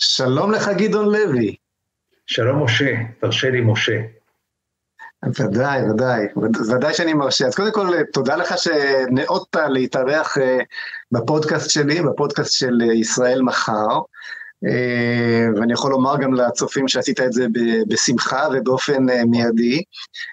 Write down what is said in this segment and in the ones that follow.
שלום לך גדעון לוי. שלום משה, תרשה לי משה. ודאי שאני מרשה. אז קודם כל, תודה לך שנאות להתארח בפודקאסט שלי, בפודקאסט של ישראל מחר, ואני יכול לומר גם לצופים שעשית את זה בשמחה ובאופן מיידי.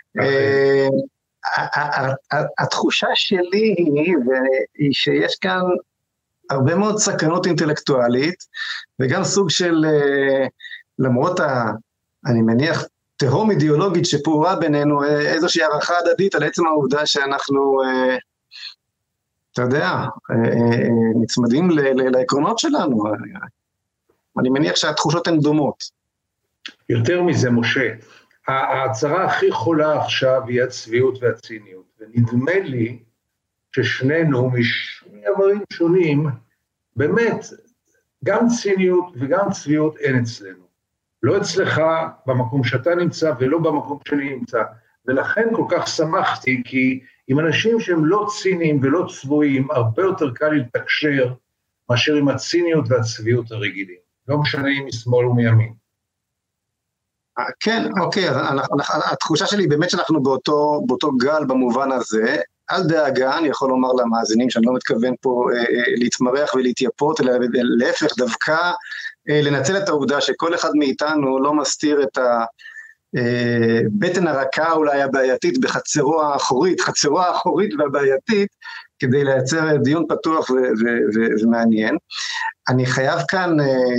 התחושה שלי היא שיש כאן הרבה מאוד סכנות אינטלקטואלית, וגם סוג של, למרות אני מניח, תהום אידיאולוגית שפעורה בינינו, איזושהי הערכה הדדית על עצם העובדה שאנחנו, אתה יודע, נצמדים לעקרונות שלנו. אני מניח שהתחושות הן דומות. יותר מזה, משה, ההצהרה הכי חולה עכשיו היא הצביעות והציניות, ונדמה לי ששנינו מעברים שונים, באמת, גם ציניות וגם צביעות אין אצלנו. לא אצלך במקום שאתה נמצא ולא במקום שאני נמצא, ולכן כל כך שמחתי, כי עם אנשים שהם לא ציניים ולא צבועים, הרבה יותר קל להתקשר מאשר עם הציניות והצביעות הרגילים. לא משנה אם משמאל ומימין. כן, אוקיי, התחושה שלי באמת שאנחנו באותו גל במובן הזה, אל דאגה, אני יכול לומר למאזינים שאני לא מתכוון פה להתמרח ולהתייפות, אלא להפך דווקא לנצל את העובדה שכל אחד מאיתנו לא מסתיר את הבטן הרכה אולי הבעייתית בחצרו האחורית והבעייתית, כדי לייצר דיון פתוח ומעניין. אני חייב כאן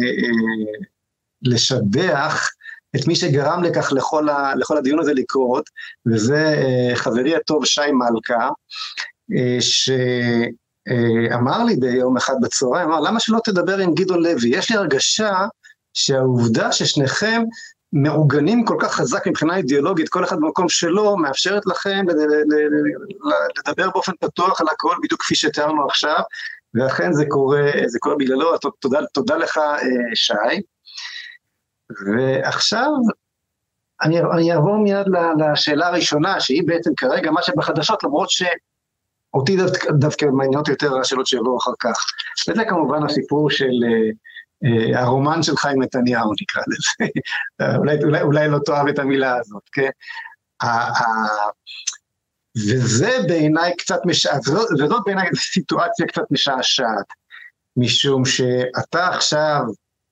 לשבח את מי שגרם לכך לכל הדיון הזה לקרות, וזה חברי הטוב שי מלכה, שאמר לי ביום אחד בצהריים, אמר, למה שלא תדבר עם גדעון לוי? יש לי הרגשה שהעובדה ששניכם מעוגנים כל כך חזק מבחינה אידיאולוגית, כל אחד במקום שלו, מאפשרת לכם לדבר באופן פתוח על הכל, בדיוק כפי שתיארנו עכשיו, ואכן זה קורה בגללו. תודה לך שי. ועכשיו אני אעבור מיד לשאלה הראשונה, שהיא בעצם כרגע מה שבחדשות, למרות שאותי דווקא מעניינות יותר השאלות שיבואו אחר כך. וזה כמובן הסיפור של הרומן שלך עם נתניהו, נקרא לזה. אולי לא תאהב את המילה הזאת, כן? וזה בעיניי קצת וזאת בעיניי סיטואציה קצת משעשעת, משום שאתה עכשיו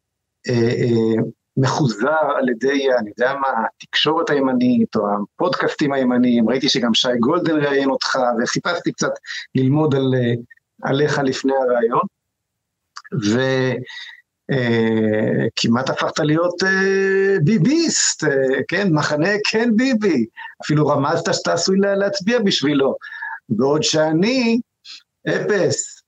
מחוזר על ידי, אני יודע מה, התקשורת הימנית, או הפודקאסטים הימניים, ראיתי שגם שי גולדן ראיין אותך, וחיפשתי קצת ללמוד עליך לפני הרעיון, וכמעט הפכת להיות ביביסט, כן, מחנה כן ביבי, אפילו רמזת שאתה עשוי להצביע בשבילו, בעוד שאני אפס,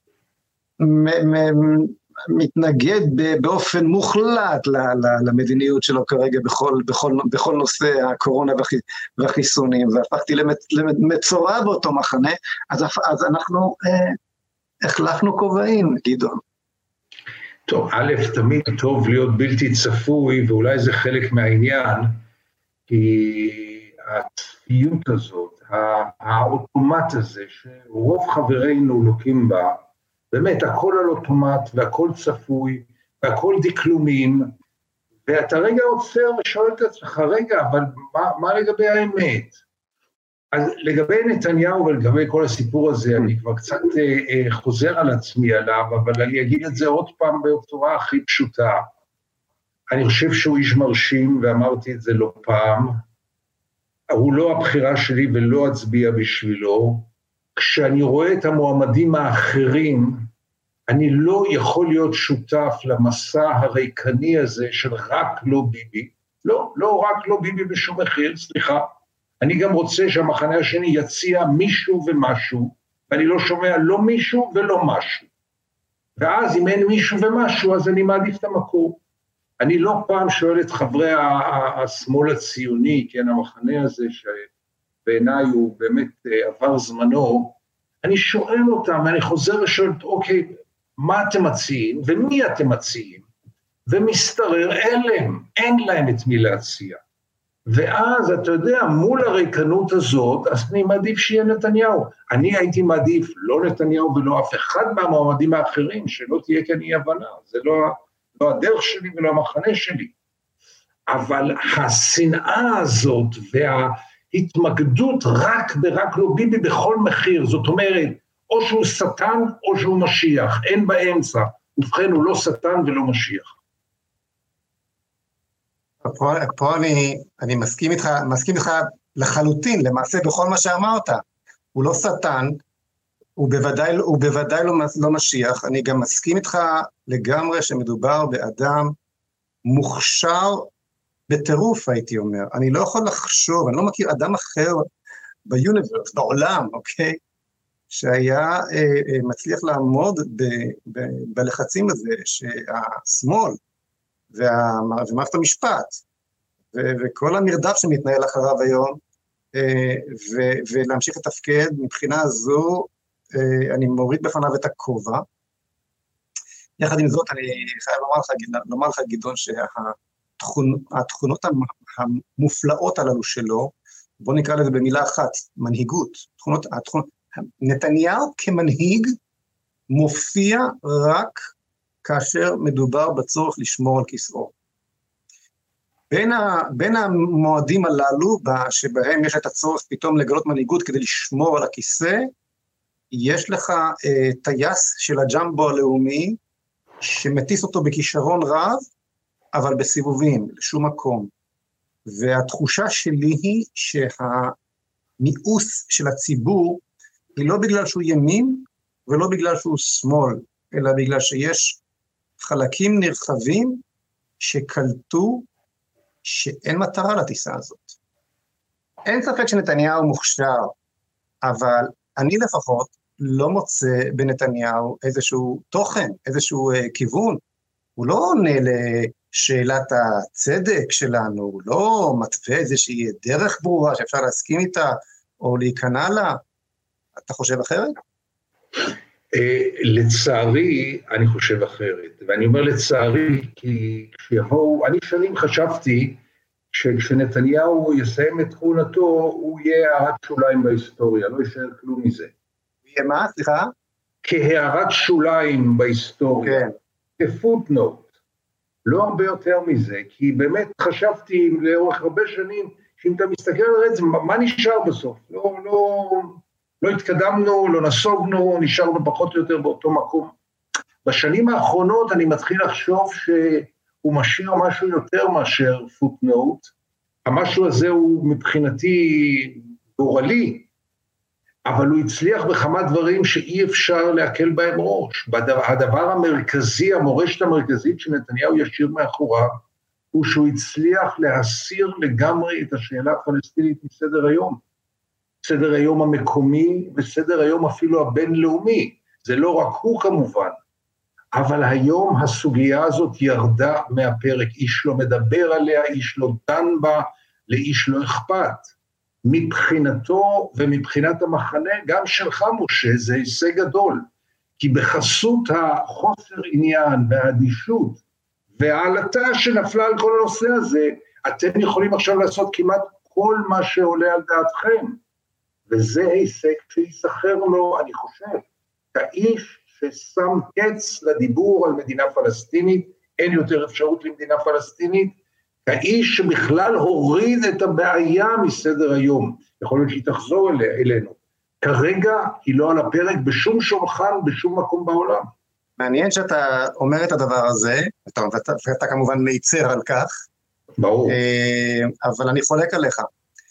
מתנגד באופן מוחלט למדיניות שלו כרגע בכל נושא הקורונה והחיסונים, והפכתי למצורע באותו מחנה, אז אנחנו החלפנו כובעים, גדעון. טוב, א', תמיד טוב להיות בלתי צפוי, ואולי זה חלק מהעניין, כי הצפיות הזאת, האוטומט הזה, שרוב חברינו לוקים בה, באמת, הכל על אוטומט, והכל צפוי, והכל דקלומים, ואתה רגע עוצר ושואל את עצמך, רגע, אבל מה לגבי האמת? אז לגבי נתניהו ולגבי כל הסיפור הזה, אני כבר קצת חוזר על עצמי עליו, אבל אני אגיד את זה עוד פעם בצורה הכי פשוטה. אני חושב שהוא איש מרשים, ואמרתי את זה לא פעם, הוא לא הבחירה שלי ולא אצביע בשבילו, כשאני רואה את המועמדים האחרים, אני לא יכול להיות שותף למסע הריקני הזה של רק לא ביבי, לא רק לא ביבי בשום מחיר, סליחה, אני גם רוצה שהמחנה השני יציע מישהו ומשהו, ואני לא שומע לא מישהו ולא משהו, ואז אם אין מישהו ומשהו, אז אני מעדיף את המקום. אני לא פעם שואל את חברי השמאל הציוני, כן, המחנה הזה שבעיניי הוא באמת עבר זמנו, אני שואל אותם, ואני חוזר ושואל, אוקיי, מה אתם מציעים, ומי אתם מציעים, ומסתרר אין להם את מי להציע. ואז אתה יודע, מול הריקנות הזאת, אז אני מעדיף שיהיה נתניהו. אני הייתי מעדיף לא נתניהו ולא אף אחד מהמועמדים האחרים, שלא תהיה כאן אי הבנה, לא הדרך שלי ולא המחנה שלי. אבל השנאה הזאת וההתמקדות רק לא ביבי בכל מחיר, זאת אומרת, או שהוא שטן או שהוא משיח, אין באמצע, ובכן הוא לא שטן ולא משיח. פה אני מסכים איתך לחלוטין, למעשה בכל מה שאמרת, הוא לא שטן, הוא בוודאי לא משיח, אני גם מסכים איתך לגמרי שמדובר באדם מוכשר בטירוף, הייתי אומר, אני לא יכול לחשוב, אני לא מכיר אדם אחר ביוניברס, בעולם, אוקיי? שהיה מצליח לעמוד בלחצים הזה, שהשמאל ומערכת המשפט, וכל המרדף שמתנהל אחריו היום, ולהמשיך לתפקד, מבחינה הזו, אני מוריד בפניו את הכובע. יחד עם זאת, אני חייב לומר לך, גדעון, שהתכונות המופלאות הללו שלו, בוא נקרא לזה במילה אחת, מנהיגות. נתניהו כמנהיג מופיע רק כאשר מדובר בצורך לשמור על כיסאו. בין המועדים הללו, שבהם יש את הצורך פתאום לגלות מנהיגות כדי לשמור על הכיסא, יש לך טייס של הג'מבו הלאומי, שמטיס אותו בכישרון רב, אבל בסיבובים, לשום מקום. והתחושה שלי היא שהמיאוס של הציבור, היא לא בגלל שהוא ימין, ולא בגלל שהוא שמאל, אלא בגלל שיש חלקים נרחבים, שקלטו שאין מטרה לטיסה הזאת. אין ספק שנתניהו מוכשר, אבל אני לפחות לא מוצא בנתניהו איזשהו תוכן, איזשהו כיוון. הוא לא עונה לשאלת הצדק שלנו, הוא לא מתווה איזושהי דרך ברורה שאפשר להסכים איתה, או להיכנע לה. אתה חושב אחרת? לצערי, אני חושב אחרת, ואני אומר לצערי, כי כשיבואו, אני שנים חשבתי, שכשנתניהו יסיים את כהונתו, הוא יהיה הערת שוליים בהיסטוריה, לא יישאר כלום מזה. יהיה מה? סליחה? כהערת שוליים בהיסטוריה, כפוטנוט, לא הרבה יותר מזה, כי באמת חשבתי לאורך הרבה שנים, שאם אתה מסתכל על זה, מה נשאר בסוף? לא התקדמנו, לא נסוגנו, נשארנו פחות או יותר באותו מקום. בשנים האחרונות אני מתחיל לחשוב שהוא משאיר משהו יותר מאשר פוטנוט, המשהו הזה הוא מבחינתי גורלי, אבל הוא הצליח בכמה דברים שאי אפשר להקל בהם ראש. הדבר המרכזי, המורשת המרכזית שנתניהו ישאיר מאחוריו, הוא שהוא הצליח להסיר לגמרי את השאלה הפלסטינית מסדר היום. סדר היום המקומי וסדר היום אפילו הבינלאומי. זה לא רק הוא כמובן, אבל היום הסוגיה הזאת ירדה מהפרק, איש לא מדבר עליה, איש לא דן בה, לאיש לא אכפת. מבחינתו ומבחינת המחנה, גם שלך משה, זה הישג גדול, כי בחסות החוסר עניין והאדישות והעלתה שנפלה על כל הנושא הזה, אתם יכולים עכשיו לעשות כמעט כל מה שעולה על דעתכם, וזה הישג שיסחר לו, אני חושב, כאיש ששם קץ לדיבור על מדינה פלסטינית, אין יותר אפשרות למדינה פלסטינית, כאיש שבכלל הוריד את הבעיה מסדר היום, יכול להיות שהיא תחזור אלינו, כרגע היא לא על הפרק בשום שולחן, בשום מקום בעולם. מעניין שאתה אומר את הדבר הזה, ואתה כמובן מייצר על כך, ברור. אבל אני חולק עליך.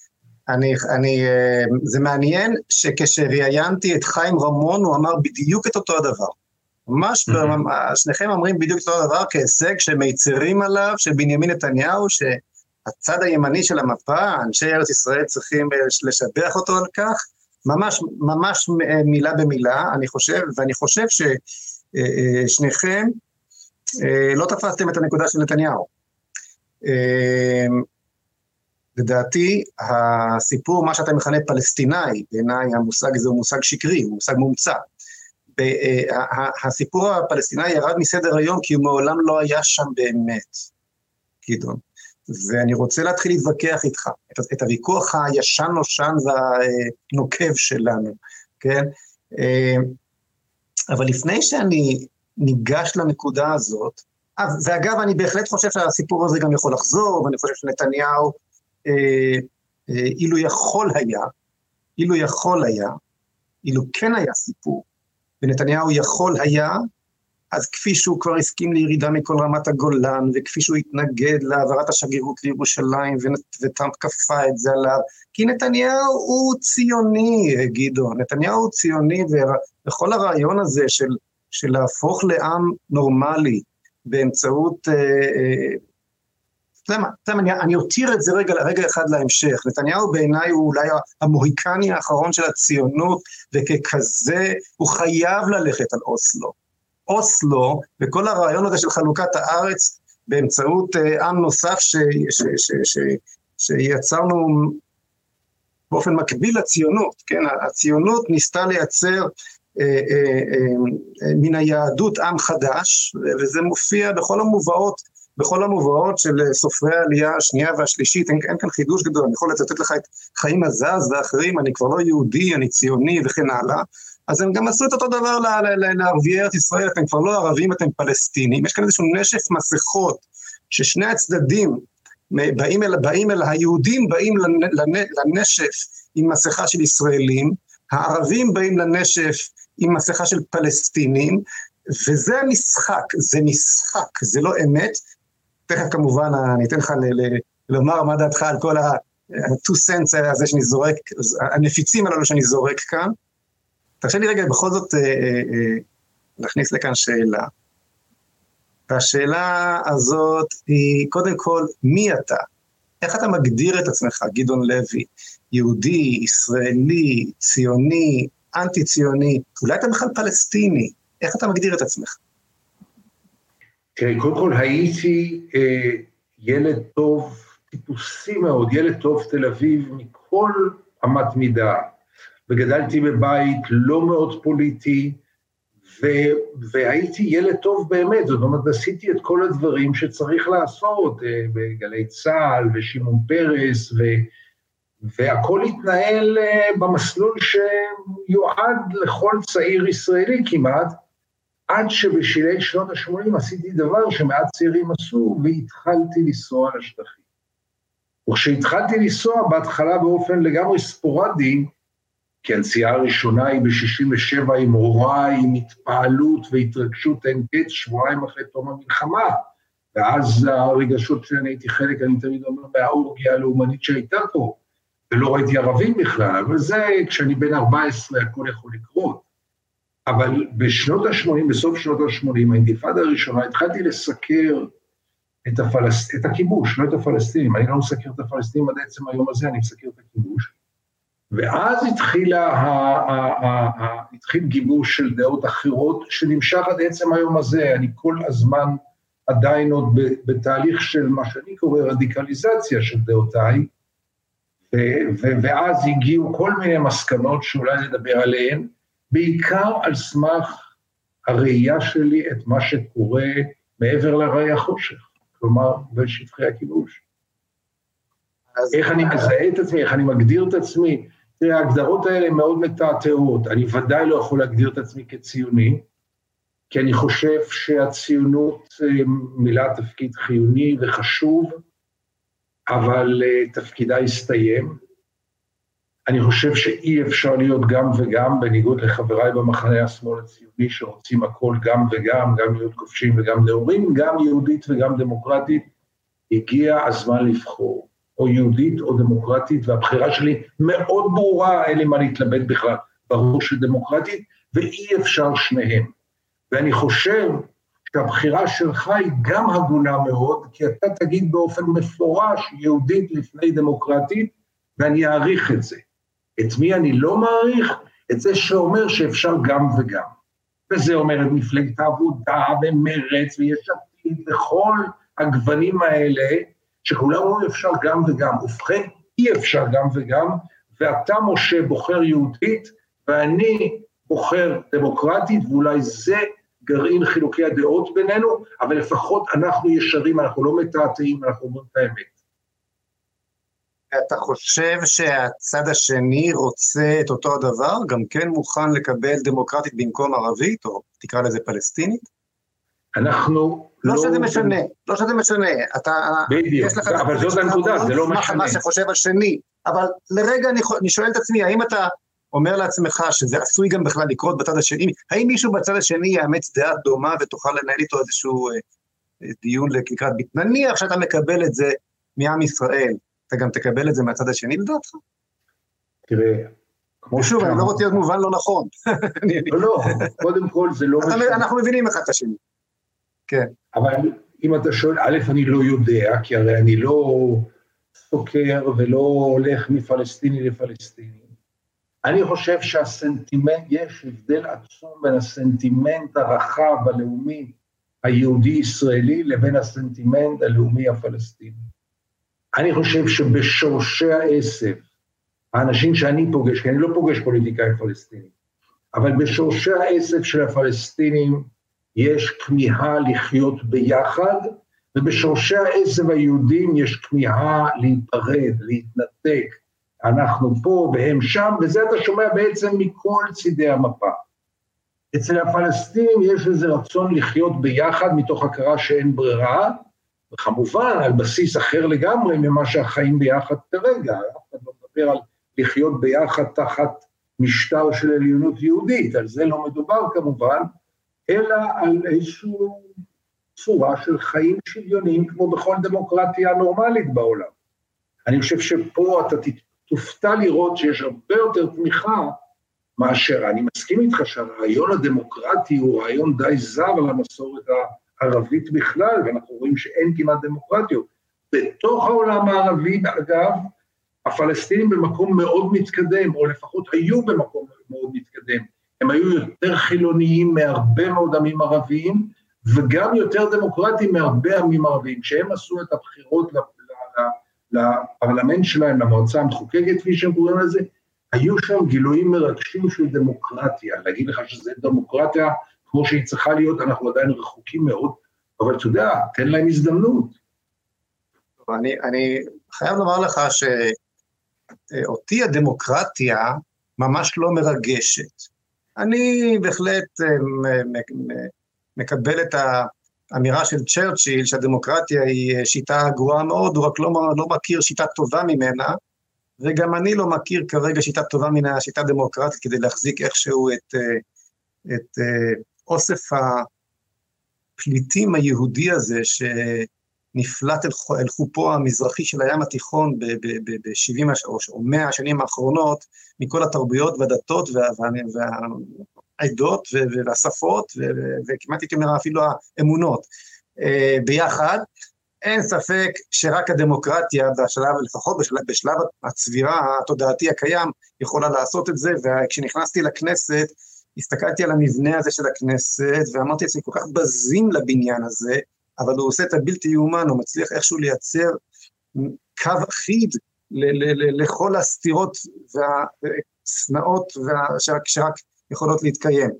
זה מעניין שכשראיינתי את חיים רמון, הוא אמר בדיוק את אותו הדבר. ממש, שניכם אומרים בדיוק את אותו הדבר, כהישג שמייצרים עליו, שבנימין נתניהו, שהצד הימני של המפה, אנשי ארץ ישראל צריכים לשבח אותו על כך, ממש מילה במילה, ואני חושב ששניכם לא תפסתם את הנקודה של נתניהו. לדעתי, הסיפור, מה שאתה מכנה פלסטיני, בעיניי המושג הזה הוא מושג שקרי, הוא מושג מומצא. הסיפור הפלסטיני ירד מסדר היום, כי הוא מעולם לא היה שם באמת, גדעון. ואני רוצה להתחיל להתווכח איתך, את הוויכוח הישן-נושן והנוקב שלנו, כן? אבל לפני שאני ניגש לנקודה הזאת, ואגב, אני בהחלט חושב שהסיפור הזה גם יכול לחזור, ואני חושב שנתניהו, אילו כן היה סיפור, ונתניהו יכול היה, אז כפי שהוא כבר הסכים לירידה מכל רמת הגולן, וכפי שהוא התנגד להעברת השגרירות לירושלים, וטראמפ כפה את זה עליו, כי נתניהו הוא ציוני, גדעון, נתניהו הוא ציוני, וכל הרעיון הזה של להפוך לעם נורמלי, באמצעות, אני אותיר את זה רגע אחד להמשך, נתניהו בעיניי הוא אולי המוהיקני האחרון של הציונות, וככזה הוא חייב ללכת על אוסלו, וכל הרעיון הזה של חלוקת הארץ, באמצעות עם נוסף שיצרנו באופן מקביל לציונות, כן? הציונות ניסתה לייצר מן היהדות עם חדש, וזה מופיע בכל המובאות של סופרי העלייה השנייה והשלישית, אין כאן חידוש גדול, אני יכול לצטט לך את חיים עזז ואחרים, אני כבר לא יהודי, אני ציוני וכן הלאה, אז הם גם עשו את אותו דבר לערביי ארץ ישראל, אתם כבר לא ערבים, אתם פלסטינים, יש כאן איזשהו נשף מסכות, ששני הצדדים באים אל היהודים, באים לנשף עם מסכה של ישראלים, הערבים באים לנשף עם מסכה של פלסטינים, וזה המשחק, זה לא אמת, תכף כמובן אני אתן לך לומר מה דעתך על כל ה-2 cents הזה שאני זורק, הנפיצים הללו שאני זורק כאן, תרשה לי רגע בכל זאת להכניס לכאן שאלה, והשאלה הזאת היא קודם כל מי אתה? איך אתה מגדיר את עצמך, גדעון לוי, יהודי, ישראלי, ציוני, אנטי ציוני, אולי אתה בכלל פלסטיני, איך אתה מגדיר את עצמך? תראי, קודם כל הייתי ילד טוב, טיפוסי מאוד, ילד טוב תל אביב מכל אמת מידה, וגדלתי בבית לא מאוד פוליטי, והייתי ילד טוב באמת, זאת אומרת, עשיתי את כל הדברים שצריך לעשות, בגלי צהל ושימון פרס, והכל התנהל במסלול שיועד לכל צעיר ישראלי כמעט, עד שבשלהי שנות ה-80 עשיתי דבר שמעט צעירים עשו, והתחלתי לנסוע לשטחים. וכשהתחלתי לנסוע בהתחלה באופן לגמרי ספורדי, כי הנסיעה הראשונה היא ב-67 עם הוריי, עם התפעלות והתרגשות אין קץ, שבועיים אחרי תום המלחמה, ואז הרגשות שאני הייתי חלק, אני תמיד אומר, מהאורגיה הלאומנית שהייתה פה, ולא ראיתי ערבים בכלל, אבל זה כשאני בן 14 הכל יכול לקרות. אבל בשנות ה-80, בסוף שנות ה-80, האינתיפאדה הראשונה, התחלתי לסקר את הכיבוש, לא את הפלסטינים, אני לא מסקר את הפלסטינים עד עצם היום הזה, אני מסקר את הכיבוש, ואז התחיל גיבוש של דעות אחרות, שנמשך עד עצם היום הזה, אני כל הזמן עדיין עוד בתהליך של מה שאני קורא רדיקליזציה של דעותיי, ואז הגיעו כל מיני מסקנות שאולי נדבר עליהן, בעיקר על סמך הראייה שלי את מה שקורה מעבר לראי החושך, כלומר בשטחי הכיבוש. איך אני מזהה את עצמי, איך אני מגדיר את עצמי, תראה, ההגדרות האלה מאוד מתעתעות, אני ודאי לא יכול להגדיר את עצמי כציוני, כי אני חושב שהציונות מילאה תפקיד חיוני וחשוב, אבל תפקידה הסתיים. אני חושב שאי אפשר להיות גם וגם, בניגוד לחבריי במחנה השמאל הציוני, שרוצים הכל גם וגם, גם להיות כובשים וגם נאורים, גם יהודית וגם דמוקרטית, הגיע הזמן לבחור, או יהודית או דמוקרטית, והבחירה שלי מאוד ברורה, אין לי מה להתלבט בכלל, ברור שדמוקרטית, ואי אפשר שניהם. ואני חושב שהבחירה שלך היא גם הגונה מאוד, כי אתה תגיד באופן מפורש יהודית לפני דמוקרטית, ואני אעריך את זה. את מי אני לא מעריך? את זה שאומר שאפשר גם וגם. וזה אומר את מפלגת העבודה ומרץ ויש עתיד וכל הגוונים האלה, שכולם אומרים אפשר גם וגם. ובכן, אי אפשר גם וגם, ואתה משה בוחר יהודית, ואני בוחר דמוקרטית, ואולי זה גרעין חילוקי הדעות בינינו, אבל לפחות אנחנו ישרים, אנחנו לא מתעתעים, אנחנו אומרים את האמת. אתה חושב שהצד השני רוצה את אותו הדבר, גם כן מוכן לקבל דמוקרטית במקום ערבית, או תקרא לזה פלסטינית? אנחנו לא שזה משנה, לא שזה משנה, בדיוק, אבל זאת הנקודה, זה לא משנה. מה שחושב השני, אבל לרגע אני שואל את עצמי, האם אתה אומר לעצמך שזה עשוי גם בכלל לקרות בצד השני, האם מישהו בצד השני יאמץ דעה דומה ותוכל לנהל איתו איזשהו דיון לקראת בית, נניח שאתה מקבל את זה מעם ישראל, אתה גם תקבל את זה מהצד השני לדעתך? תראה, שוב, אני לא רוצה להיות מובן לא נכון. לא, קודם כל זה לא משנה. אנחנו מבינים אחד את השני. כן. אבל אם אתה שואל, א', אני לא יודע, כי הרי אני לא סוקר ולא הולך מפלסטיני לפלסטיני. אני חושב שהסנטימנט, יש הבדל עצום בין הסנטימנט הרחב הלאומי היהודי-ישראלי לבין הסנטימנט הלאומי הפלסטיני. אני חושב שבשורשי העשב, האנשים שאני פוגש, כי אני לא פוגש פוליטיקאים פלסטינים, אבל בשורשי העשב של הפלסטינים יש כמיהה לחיות ביחד, ובשורשי העשב היהודים יש כמיהה להיפרד, להתנתק. אנחנו פה והם שם, וזה אתה שומע בעצם מכל צידי המפה. אצל הפלסטינים יש איזה רצון לחיות ביחד מתוך הכרה שאין ברירה, וכמובן על בסיס אחר לגמרי ממה שהחיים ביחד כרגע, אף אחד לא מדבר על לחיות ביחד תחת משטר של עליונות יהודית, על זה לא מדובר כמובן, אלא על איזושהי צורה של חיים שוויוניים כמו בכל דמוקרטיה נורמלית בעולם. אני חושב שפה אתה תופתע לראות שיש הרבה יותר תמיכה מאשר, אני מסכים איתך שהרעיון הדמוקרטי הוא רעיון די זר למסורת הערבית בכלל, ואנחנו רואים שאין כמעט דמוקרטיות. בתוך העולם הערבי, אגב, הפלסטינים במקום מאוד מתקדם, או לפחות היו במקום מאוד מתקדם, הם היו יותר חילוניים מהרבה מאוד עמים ערביים, וגם יותר דמוקרטיים מהרבה עמים ערביים, שהם עשו את הבחירות לפרלמנט שלהם, למועצה המחוקקת, כפי שהם קוראים לזה, היו שם גילויים מרגשים של דמוקרטיה, להגיד לך שזה דמוקרטיה כמו שהיא צריכה להיות, אנחנו עדיין רחוקים מאוד, אבל אתה יודע, תן להם הזדמנות. אני חייב לומר לך שאותי הדמוקרטיה ממש לא מרגשת. אני בהחלט מקבל את האמירה של צ'רצ'יל, שהדמוקרטיה היא שיטה גרועה מאוד, הוא רק לא מכיר שיטה טובה ממנה, וגם אני לא מכיר כרגע שיטה טובה מן השיטה הדמוקרטית, כדי להחזיק איכשהו את אוסף הפליטים היהודי הזה, שנפלט אל חופו המזרחי של הים התיכון ב-70 או 100 השנים האחרונות, מכל התרבויות והדתות והעדות והשפות, וכמעט הייתי אומר אפילו האמונות ביחד. אין ספק שרק הדמוקרטיה, לפחות בשלב הצבירה התודעתי הקיים, יכולה לעשות את זה, וכשנכנסתי לכנסת, הסתכלתי על המבנה הזה של הכנסת, ואמרתי לעצמי, כל כך בזים לבניין הזה, אבל הוא עושה את הבלתי יאומן, הוא מצליח איכשהו לייצר קו אחיד לכל הסתירות והסנאות שרק יכולות להתקיים.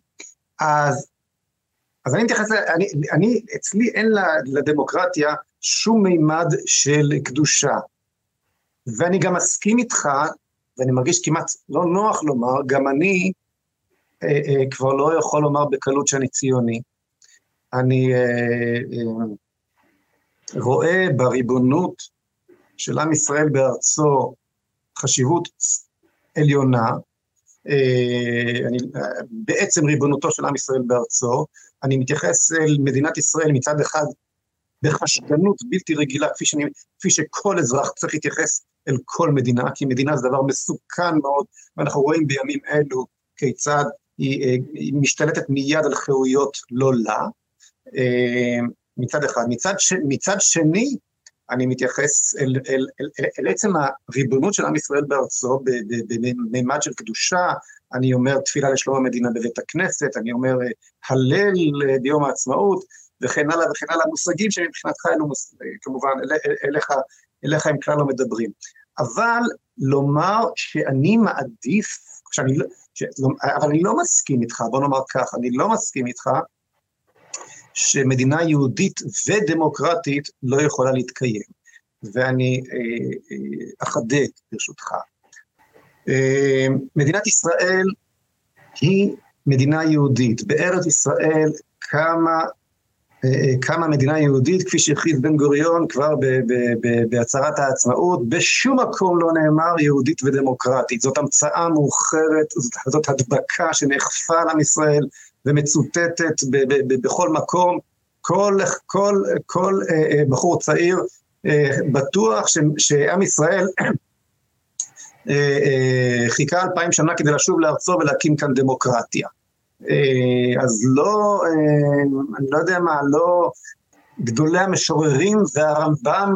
אז אני מתייחס, אצלי אין לדמוקרטיה שום מימד של קדושה, ואני גם מסכים איתך, ואני מרגיש כמעט לא נוח לומר, גם אני כבר לא יכול לומר בקלות שאני ציוני. אני רואה בריבונות של עם ישראל בארצו חשיבות עליונה, בעצם ריבונותו של עם ישראל בארצו, אני מתייחס אל מדינת ישראל מצד אחד בחשדנות בלתי רגילה, כפי שכל אזרח צריך להתייחס אל כל מדינה, כי מדינה זה דבר מסוכן מאוד, ואנחנו רואים בימים אלו כיצד היא משתלטת מיד על חירויות לא לה, מצד אחד. מצד שני, אני מתייחס אל עצם הריבונות של עם ישראל בארצו, בממד של קדושה, אני אומר תפילה לשלום המדינה בבית הכנסת, אני אומר הלל ביום העצמאות, וכן הלאה וכן הלאה, מושגים שמבחינתך אלו כמובן, אליך הם כלל לא מדברים. אבל לומר שאני מעדיף, אבל אני לא מסכים איתך, בוא נאמר כך, אני לא מסכים איתך, שמדינה יהודית ודמוקרטית לא יכולה להתקיים. ואני אחדד ברשותך. מדינת ישראל היא מדינה יהודית. בארץ ישראל קמה קמה מדינה יהודית, כפי שהכריז בן גוריון כבר בהצהרת העצמאות, בשום מקום לא נאמר יהודית ודמוקרטית, זאת המצאה מאוחרת, זאת הדבקה שנאכפה על עם ישראל ומצוטטת בכל מקום, כל בחור צעיר בטוח שעם ישראל חיכה 2000 שנה כדי לשוב לארצו ולהקים כאן דמוקרטיה. אז לא, אני לא יודע מה, לא גדולי המשוררים והרמב"ם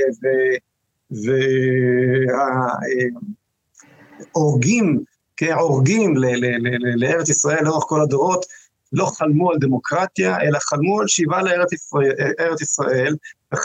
והאורגים, כעורגים לארץ ישראל לאורך כל הדורות, לא חלמו על דמוקרטיה, אלא חלמו על שיבה לארץ ישראל,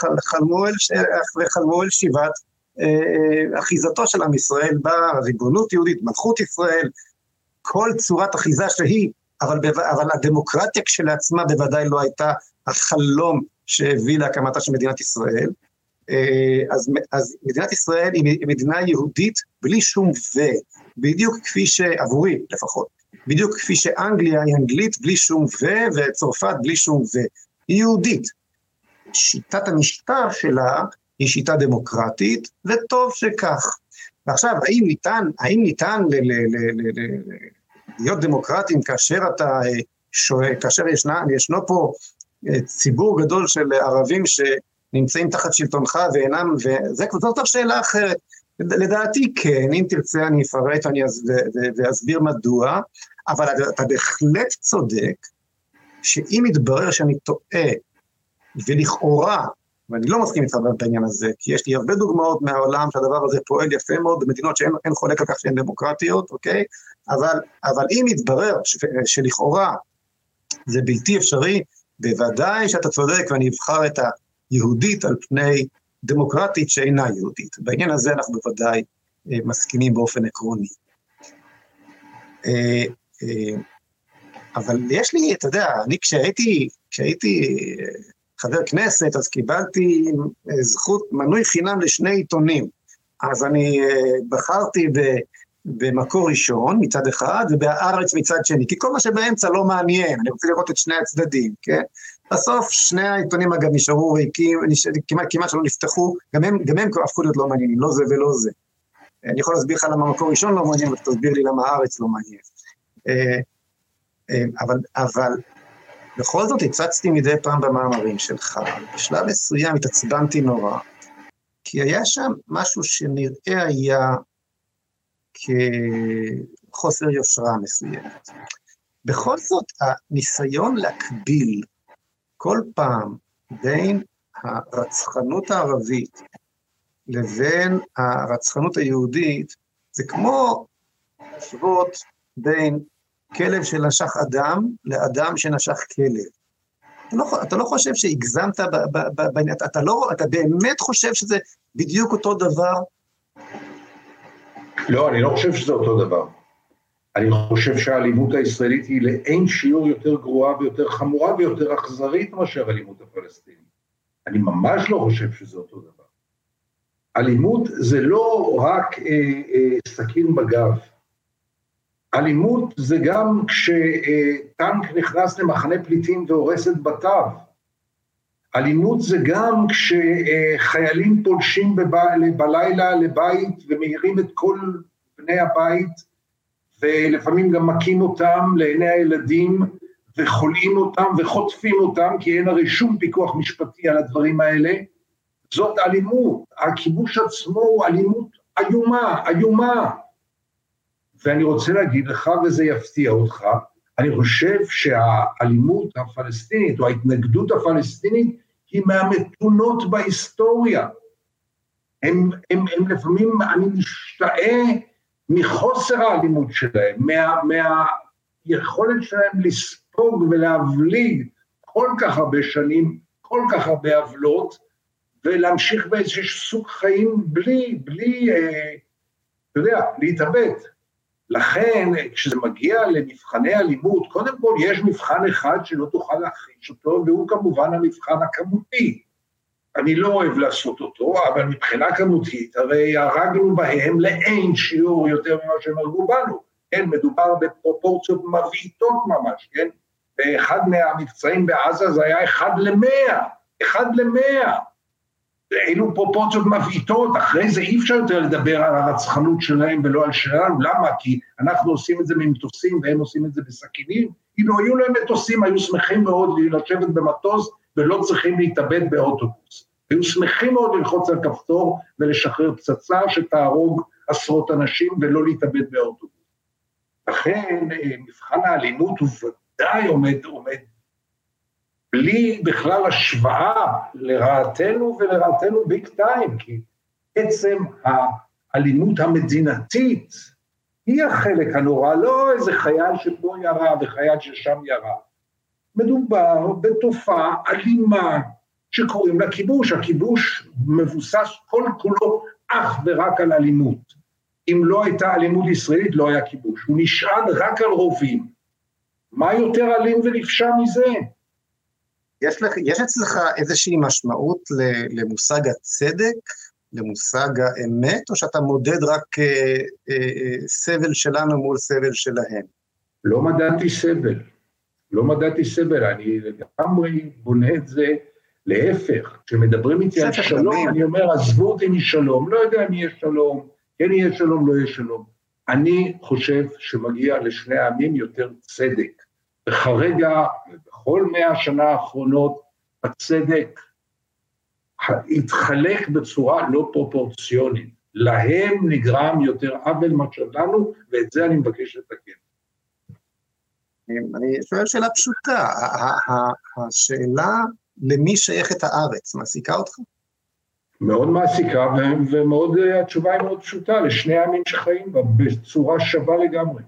וחלמו על שיבת אחיזתו של עם ישראל בריבונות יהודית, מלכות ישראל, כל צורת אחיזה שהיא, אבל הדמוקרטיה כשלעצמה בוודאי לא הייתה החלום שהביא להקמתה של מדינת ישראל. אז מדינת ישראל היא מדינה יהודית בלי שום בדיוק כפי שעבורי לפחות, בדיוק כפי שאנגליה היא אנגלית בלי שום וצרפת בלי שום היא יהודית. שיטת המשטר שלה היא שיטה דמוקרטית, וטוב שכך. ועכשיו, האם ניתן להיות דמוקרטים כאשר ישנו פה ציבור גדול של ערבים שנמצאים תחת שלטונך וזה כבר שאלה אחרת. לדעתי כן, אם תרצה אני אפרט ואסביר מדוע, אבל אתה בהחלט צודק, שאם יתברר שאני טועה, ולכאורה, ואני לא מסכים איתך בעניין הזה, כי יש לי הרבה דוגמאות מהעולם שהדבר הזה פועל יפה מאוד, במדינות שאין חולק על כך שהן דמוקרטיות, אוקיי? אבל אם יתברר שלכאורה זה בלתי אפשרי, בוודאי שאתה צודק, ואני אבחר את היהודית על פני דמוקרטית שאינה יהודית. בעניין הזה אנחנו בוודאי מסכימים באופן עקרוני. אבל יש לי, אתה יודע, אני כשהייתי חבר כנסת, אז קיבלתי זכות מנוי חינם לשני עיתונים. אז אני בחרתי במקור ראשון מצד אחד, ובהארץ מצד שני, כי כל מה שבאמצע לא מעניין, אני רוצה לראות את שני הצדדים, כן? בסוף שני העיתונים אגב נשארו ריקים, כמעט שלא נפתחו, גם הם הפכו להיות לא מעניינים, לא זה ולא זה. אני יכול להסביר לך למה מקור ראשון לא מעניין, ותסביר לי למה הארץ לא מעניין. אבל בכל זאת הצצתי מדי פעם במאמרים שלך, בשלב מסוים התעצבנתי נורא, כי היה שם משהו שנראה היה כחוסר יושרה מסוימת. בכל זאת, הניסיון להקביל כל פעם בין הרצחנות הערבית לבין הרצחנות היהודית, זה כמו להשוות בין כלב שנשך אדם לאדם שנשך כלב. אתה לא חושב שהגזמת בעניין, אתה באמת חושב שזה בדיוק אותו דבר? לא, אני לא חושב שזה אותו דבר. אני חושב שהאלימות הישראלית היא לאין שיעור יותר גרועה ויותר חמורה ויותר אכזרית מאשר האלימות הפלסטינית. אני ממש לא חושב שזה אותו דבר. אלימות זה לא רק סכין בגב. אלימות זה גם כשטנק נכנס למחנה פליטים והורס את בתיו. אלימות זה גם כשחיילים פולשים בלילה לבית ומאירים את כל בני הבית, ולפעמים גם מכים אותם לעיני הילדים, וחולאים אותם וחוטפים אותם, כי אין הרי שום פיקוח משפטי על הדברים האלה. זאת אלימות. הכיבוש עצמו הוא אלימות איומה. ואני רוצה להגיד לך, וזה יפתיע אותך, אני חושב שהאלימות הפלסטינית, או ההתנגדות הפלסטינית, היא מהמתונות בהיסטוריה. הם לפעמים, אני משתאה מחוסר האלימות שלהם, מהיכולת שלהם לספוג ולהבליג כל כך הרבה שנים, כל כך הרבה עוולות, ולהמשיך באיזשהו סוג חיים בלי, אתה יודע, להתאבד. לכן, כשזה מגיע למבחני אלימות, קודם כל יש מבחן אחד שלא תוכל להכחיש אותו, והוא כמובן המבחן הכמותי. אני לא אוהב לעשות אותו, אבל מבחינה כמותית, הרי הרגנו בהם לאין שיעור יותר ממה שהם הרגו בנו. כן, מדובר בפרופורציות מבעיטות ממש, כן? באחד מהמבצעים בעזה זה היה 1:100. אילו פרופורציות מבעיטות, אחרי זה אי אפשר יותר לדבר על הרצחנות שלהם ולא על שלנו, למה? כי אנחנו עושים את זה ממטוסים והם עושים את זה בסכינים, אילו היו להם מטוסים, היו שמחים מאוד לשבת במטוס ולא צריכים להתאבד באוטובוס, היו שמחים מאוד ללחוץ על כפתור ולשחרר פצצה שתהרוג עשרות אנשים ולא להתאבד באוטובוס. לכן מבחן האלימות הוא ודאי עומד בלי בכלל השוואה לרעתנו ולרעתנו ביג טיים, כי בעצם האלימות המדינתית היא החלק הנורא, לא איזה חייל שפה ירה וחייל ששם ירה. מדובר בתופעה אלימה שקוראים לה כיבוש, הכיבוש מבוסס כל כולו אך ורק על אלימות. אם לא הייתה אלימות ישראלית לא היה כיבוש, הוא נשען רק על רובים. מה יותר אלים ונפשע מזה? יש אצלך איזושהי משמעות למושג הצדק, למושג האמת, או שאתה מודד רק סבל שלנו מול סבל שלהם? לא מדעתי סבל, אני לגמרי בונה את זה להפך. כשמדברים איתי על שלום, אני אומר, עזבו אותי משלום, לא יודע אם יהיה שלום, כן יהיה שלום, לא יהיה שלום. אני חושב שמגיע לשני העמים יותר צדק. וכרגע, בכל 100 השנה האחרונות, הצדק התחלק בצורה לא פרופורציונית. להם נגרם יותר עוול מאשר לנו, ואת זה אני מבקש לתקן. אני שואל שאלה פשוטה, השאלה למי שייכת הארץ, מעסיקה אותך? מאוד מעסיקה, ומאוד, התשובה היא מאוד פשוטה, לשני העמים שחיים בה, בצורה שווה לגמרי.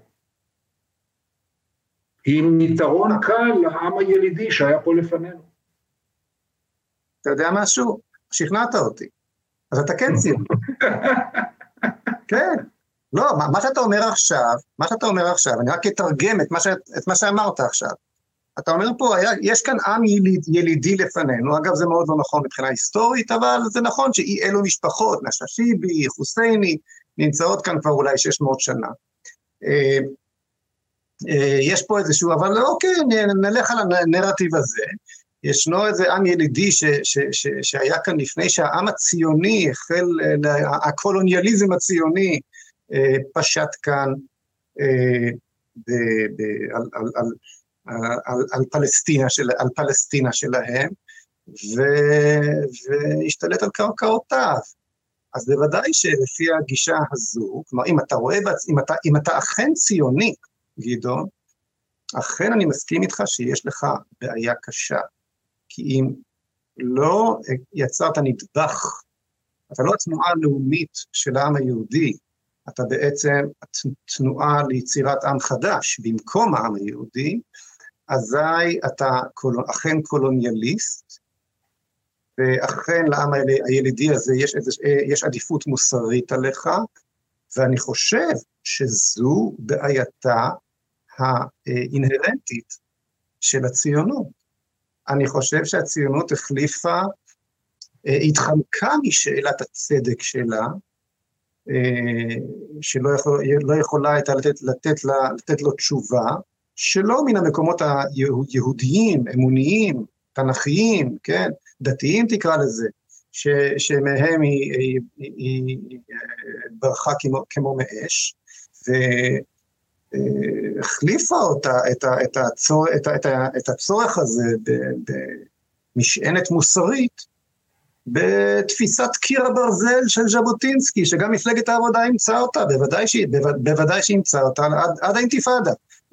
עם יתרון קל לעם הילידי שהיה פה לפנינו. אתה יודע משהו? שכנעת אותי. אז אתה כן ציוני. כן. לא, מה שאתה אומר עכשיו, אני רק אתרגם את מה שאמרת עכשיו. אתה אומר פה, יש כאן עם ילידי לפנינו, אגב זה מאוד לא נכון מבחינה היסטורית, אבל זה נכון שאלו משפחות, נשאשיבי, חוסייני, נמצאות כאן כבר אולי 600 שנה. יש פה איזשהו, אבל אוקיי, נלך על הנרטיב הזה, ישנו איזה עם ילידי שהיה כאן לפני שהעם הציוני, הקולוניאליזם הציוני, פשט כאן על פלסטינה שלהם, והשתלט על קרקעותיו. אז בוודאי שלפי הגישה הזו, כלומר, אם אתה אכן ציוני, גדעון, אכן אני מסכים איתך שיש לך בעיה קשה, כי אם לא יצרת נדבך, אתה לא התנועה הלאומית של העם היהודי, אתה בעצם תנועה ליצירת עם חדש במקום העם היהודי, אזי אתה אכן קולוניאליסט, ואכן לעם הילידי הזה יש עדיפות מוסרית עליך, ואני חושב שזו בעייתה האינהרנטית של הציונות. אני חושב שהציונות התחמקה משאלת הצדק שלה, שלא יכולה הייתה לתת לו תשובה, שלא מן המקומות היהודיים, אמוניים, תנכיים, כן, דתיים תקרא לזה, שמהם היא ברחה כמו מאש, והחליפה אותה, את הצורך הזה במשענת מוסרית, בתפיסת קיר הברזל של ז'בוטינסקי, שגם מפלגת העבודה ימצא אותה, בוודאי שימצא אותה, עד האינתיפאדה,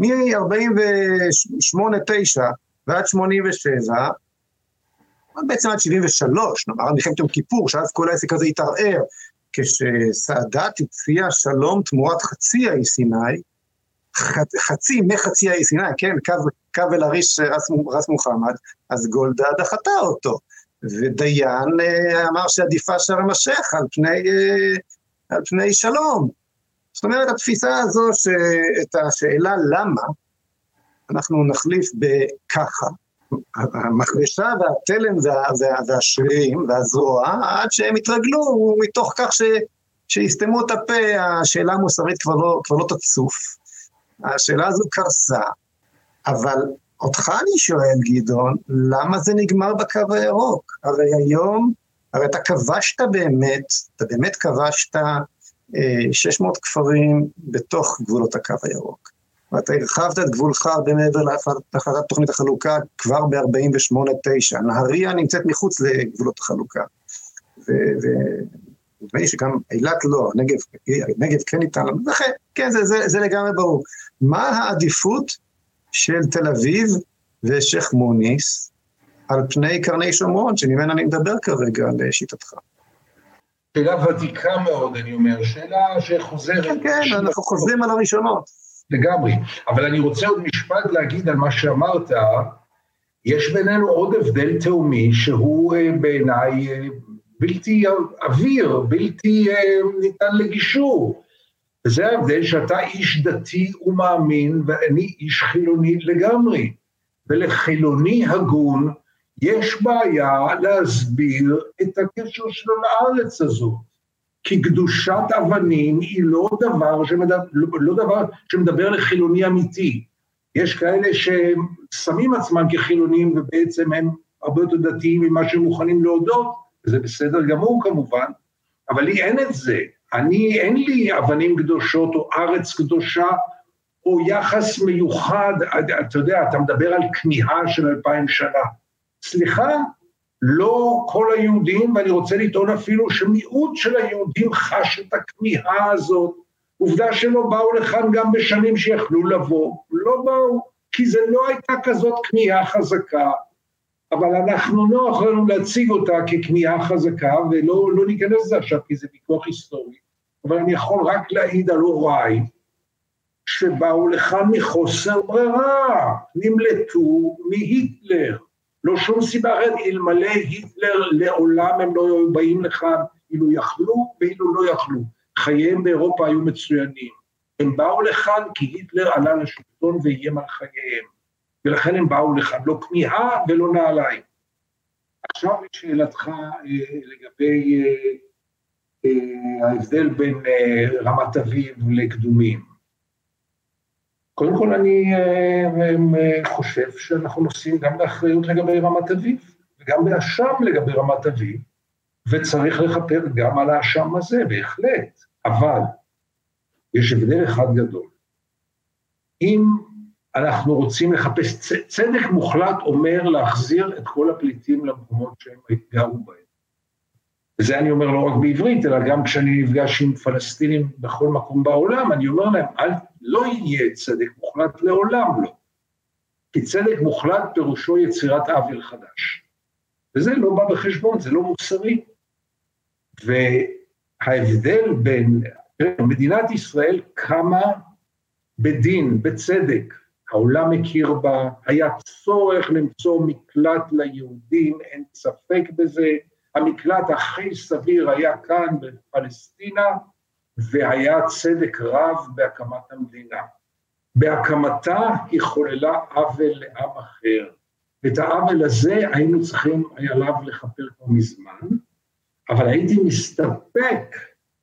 מ-48-9 ועד 87, בעצם עד 73, נאמר, מלחמת יום כיפור, שאז כל העסק הזה התערער, כשסאדאת הציע שלום תמורת חצי האי סיני, חצי מחצי האי סיני, כן, קו אל הריש רס מוחמד, אז גולדה דחתה אותו, ודיין אמר שעדיפה שארם א-שייח על פני שלום. זאת אומרת, התפיסה הזו, את השאלה למה, אנחנו נחליף בככה, המחרשה והתלם והשרירים והזרוע, עד שהם יתרגלו מתוך כך שיסתמו את הפה, השאלה המוסרית כבר לא תצוף. השאלה הזו קרסה, אבל אותך אני שואל, גדעון, למה זה נגמר בקו הירוק? הרי היום, הרי אתה כבשת באמת, אתה באמת כבשת 600 כפרים בתוך גבולות הקו הירוק. ואתה הרחבת את גבולך הרבה מעבר להחלטת תוכנית החלוקה כבר ב-48-9. נהריה נמצאת מחוץ לגבולות החלוקה. ונדמה לי שגם אילת לא, הנגב כן ניתן לנו. כן, זה לגמרי ברור. מה העדיפות של תל אביב ושייח' מוניס על פני קרני שומרון, שממנה אני מדבר כרגע לשיטתך? שאלה ותיקה מאוד, אני אומר, שאלה שחוזרת. כן, אנחנו חוזרים על הראשונות. לגמרי, אבל אני רוצה עוד משפט להגיד על מה שאמרת, יש בינינו עוד הבדל תאומי שהוא בעיניי בלתי עביר, בלתי ניתן לגישור, וזה ההבדל שאתה איש דתי ומאמין ואני איש חילוני לגמרי, ולחילוני הגון יש בעיה להסביר את הקשר שלו לארץ הזאת, כי קדושת אבנים היא לא דבר שמדבר לחילוני אמיתי. יש כאלה ששמים עצמם כחילונים ובעצם הם הרבה יותר דתיים ממה שהם מוכנים להודות, וזה בסדר גמור כמובן, אבל לי אין את זה. אין לי אבנים קדושות או ארץ קדושה או יחס מיוחד, אתה יודע, אתה מדבר על כמיהה של 2000 שנה. סליחה, לא כל היהודים, ואני רוצה לטעון אפילו שמיעוט של היהודים חש את הכמיהה הזאת, עובדה שלא באו לכאן גם בשנים שיכלו לבוא, לא באו, כי זה לא הייתה כזאת כמיהה חזקה, אבל אנחנו לא יכולנו להציג אותה ככמיהה חזקה, ולא ניכנס לזה עכשיו, כי זה ויכוח היסטורי, אבל אני יכול רק להעיד על הוריי, שבאו לכאן מחוסר ברירה, נמלטו מהיטלר, לא שום סיבה אחרת, אלמלא היטלר לעולם הם לא היו באים לכאן, אילו יכלו ואילו לא יכלו. חייהם באירופה היו מצוינים. הם באו לכאן כי היטלר עלה לשלטון ואיים על חייהם. ולכן הם באו לכאן, לא כמיהה ולא נעליים. עכשיו שאלתך לגבי ההבדל בין רמת אביב לקדומים. קודם כל אני חושב שאנחנו נושאים גם באחריות לגבי רמת אביב, וגם באשם לגבי רמת אביב, וצריך לחפר גם על האשם הזה, בהחלט. אבל יש הבדל אחד גדול. אם אנחנו רוצים לחפש צדק מוחלט, אומר להחזיר את כל הפליטים למקומות שהם גרו בהם. וזה אני אומר לא רק בעברית, אלא גם כשאני נפגש עם פלסטינים בכל מקום בעולם, אני אומר להם, לא יהיה צדק מוחלט, לעולם לא. כי צדק מוחלט פירושו יצירת עוול חדש. וזה לא בא בחשבון, זה לא מוסרי. וההבדל בין מדינת ישראל קמה בדין, בצדק, העולם מכיר בה, היה צורך למצוא מקלט ליהודים, אין ספק בזה, המקלט הכי סביר היה כאן בפלסטינה, והיה צדק רב בהקמת המדינה. בהקמתה היא חוללה עוול לעם אחר, ואת העוול הזה היינו צריכים עליו לחפר כבר מזמן, אבל הייתי מסתפק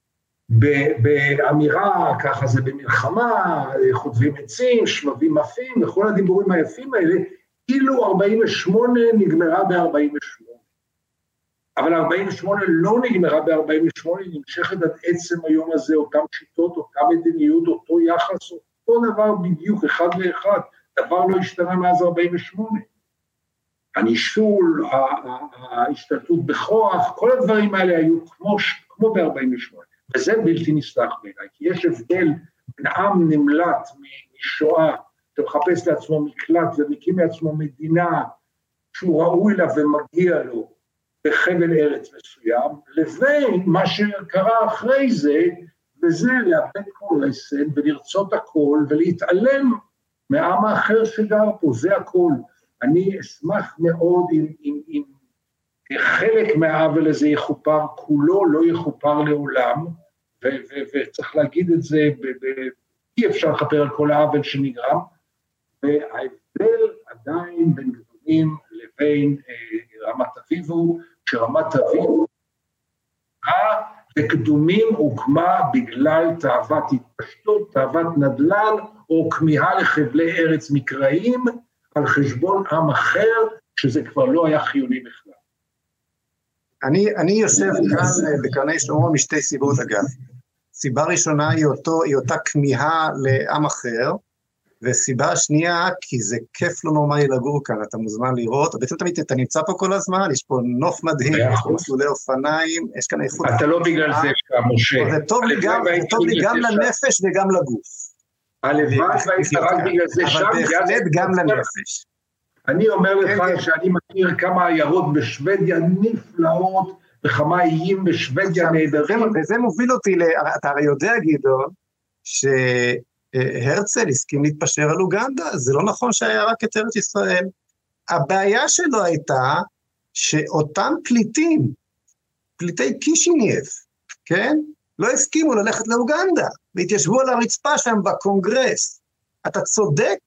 באמירה, ככה זה במלחמה, חוטבים עצים, שבבים עפים, וכל הדיבורים היפים האלה, כאילו 48 נגמרה ב-48. אבל 48 לא נגמרה ב-48, נמשכת עד עצם היום הזה, אותם שיטות, אותה מדיניות, אותו יחס, אותו דבר בדיוק, אחד לאחד, דבר לא השתנה מאז 48. הנישול, ההשתלטות בכוח, כל הדברים האלה היו כמו ב-48, וזה בלתי נסלח בעיניי, כי יש הבדל בין עם נמלט משואה, שמחפש לעצמו מקלט ומקים לעצמו מדינה, שהוא ראוי לה ומגיע לו, בחבל ארץ מסוים, לבין מה שקרה אחרי זה, וזה לאבד כל רסן ולרצות הכל ולהתעלם מהעם האחר שגר פה, זה הכל. אני אשמח מאוד אם חלק מהעוול הזה יחופר, כולו לא יחופר לעולם, וצריך להגיד את זה, אי אפשר לחפר על כל העוול שנגרם, וההבדל עדיין בין גדולים לבין רמת אביב הוא, שרמת אביב וקדומים הוקמה בגלל תאוות התפשטות, תאוות נדל"ן, או כמיהה לחבלי ארץ מקראיים, על חשבון עם אחר, שזה כבר לא היה חיוני בכלל. אני יושב כאן בקרני שומרון משתי סיבות אגב. סיבה ראשונה היא אותה כמיהה לעם אחר, וסיבה שנייה, כי זה כיף לא נורמלי לגור כאן, אתה מוזמן לראות, בעצם תמיד אתה נמצא פה כל הזמן, יש פה נוף מדהים, יש פה מסלולי אופניים, יש כאן איכות... אתה לא בגלל זה שאתה משה. זה טוב לי גם לנפש וגם לגוף. הלוואי והיית רק בגלל זה שם, אבל בהחלט גם לנפש. אני אומר לך שאני מכיר כמה עיירות בשוודיה נפלאות, וכמה איים בשוודיה נהדרים. וזה מוביל אותי, אתה הרי יודע גדעון, הרצל הסכים להתפשר על אוגנדה, זה לא נכון שהיה רק את ארץ ישראל. הבעיה שלו הייתה שאותם פליטי קישינייב, כן? לא הסכימו ללכת לאוגנדה, והתיישבו על הרצפה שם בקונגרס. אתה צודק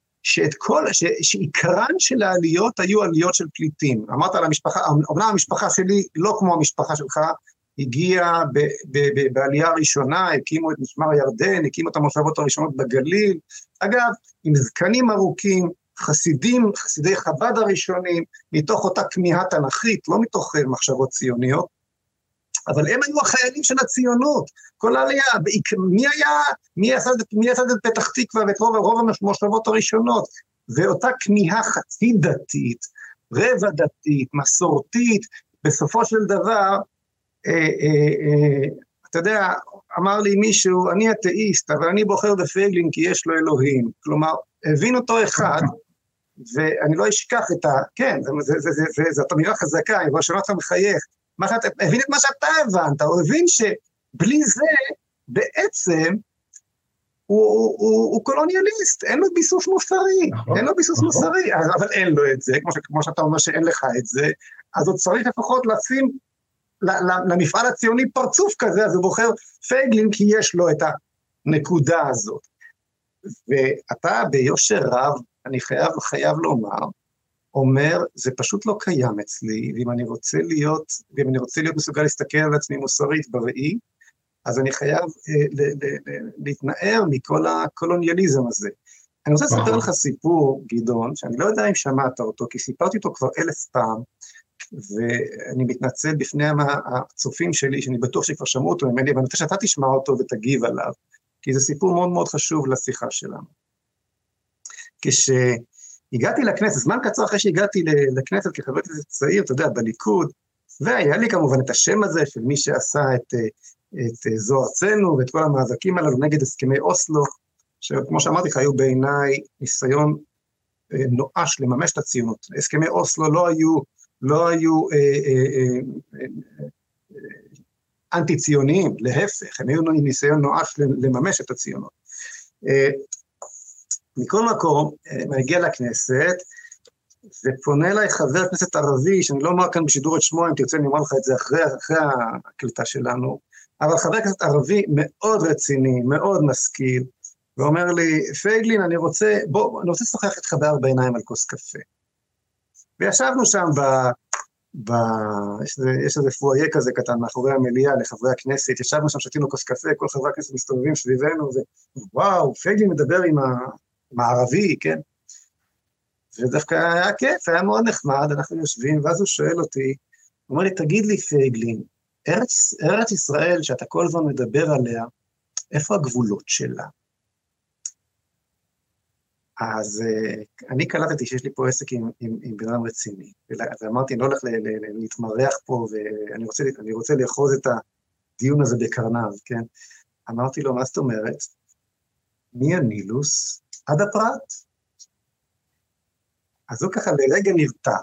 שעיקרן של העליות היו עליות של פליטים. אמרת על המשפחה, אומנם המשפחה שלי לא כמו המשפחה שלך, הגיעה בעלייה הראשונה, הקימו את משמר הירדן, הקימו את המושבות הראשונות בגליל, אגב, עם זקנים ארוכים, חסידי חב"ד הראשונים, מתוך אותה כמיהה תנכית, לא מתוך מחשבות ציוניות, אבל הם היו החיילים של הציונות, כל העלייה, מי יסד את פתח תקווה ואת רוב המושבות הראשונות, ואותה כמיהה חצי דתית, רבע דתית, מסורתית, בסופו של דבר, אתה יודע, אמר לי מישהו, אני אתאיסט, אבל אני בוחר בפייגלין כי יש לו אלוהים, כלומר, הבין אותו אחד, ואני לא אשכח כן, זאת אמירה חזקה, אני רואה שאני אותך מחייך, הבין את מה שאתה הבנת, הוא הבין שבלי זה, בעצם, הוא קולוניאליסט, אין לו ביסוס מוסרי, אבל אין לו את זה, כמו שאתה אומר שאין לך את זה, אז הוא צריך לפחות לשים, למפעל הציוני פרצוף כזה, אז הוא בוחר פייגלין כי יש לו את הנקודה הזאת. ואתה ביושר רב, אני חייב לומר, אומר, זה פשוט לא קיים אצלי, ואם אני רוצה להיות מסוגל להסתכל על עצמי מוסרית בראי, אז אני חייב להתנער מכל הקולוניאליזם הזה. אני רוצה לספר לך סיפור, גדעון, שאני לא יודע אם שמעת אותו, כי סיפרתי אותו כבר 1000 פעם, ואני מתנצל בפני הצופים שלי, שאני בטוח שכבר שמעו אותו ממני, ואני רוצה שאתה תשמע אותו ותגיב עליו, כי זה סיפור מאוד מאוד חשוב לשיחה שלנו. כשהגעתי לכנסת, זמן קצר אחרי שהגעתי לכנסת כחבר כנסת צעיר, אתה יודע, בליכוד, והיה לי כמובן את השם הזה של מי שעשה את זו ארצנו, ואת כל המאבקים עליו נגד הסכמי אוסלו, שכמו שאמרתי לך, היו בעיניי ניסיון נואש לממש את הציונות. הסכמי אוסלו לא היו אנטי-ציוניים, להפך, הם היו ניסיון נואש לממש את הציונות. מכל מקום, מגיע לכנסת, ופונה אליי חבר כנסת ערבי, שאני לא אומר כאן בשידור את שמו, אם תרצה אני אומר לך את זה אחרי הקלטה שלנו, אבל חבר כנסת ערבי מאוד רציני, מאוד משכיל, ואומר לי, פייגלין, אני רוצה לשוחח איתך בארבע עיניים על כוס קפה. וישבנו שם יש איזה פואיה כזה קטן מאחורי המליאה לחברי הכנסת, ישבנו שם, שתינו כוס קפה, כל חברי הכנסת מסתובבים סביבנו, וואו, פייגלין מדבר עם הערבי, כן? ודווקא היה כיף, היה מאוד נחמד, אנחנו יושבים, ואז הוא שואל אותי, הוא אומר לי, תגיד לי פייגלין, ארץ ישראל שאתה כל הזמן מדבר עליה, איפה הגבולות שלה? אז אני קלטתי שיש לי פה עסק עם בן אדם רציני, ואמרתי, אני לא הולך להתמרח פה, ואני רוצה לאחוז את הדיון הזה בקרניו, כן? אמרתי לו, מה זאת אומרת? מהנילוס עד הפרת. אז הוא ככה לרגע נרתע,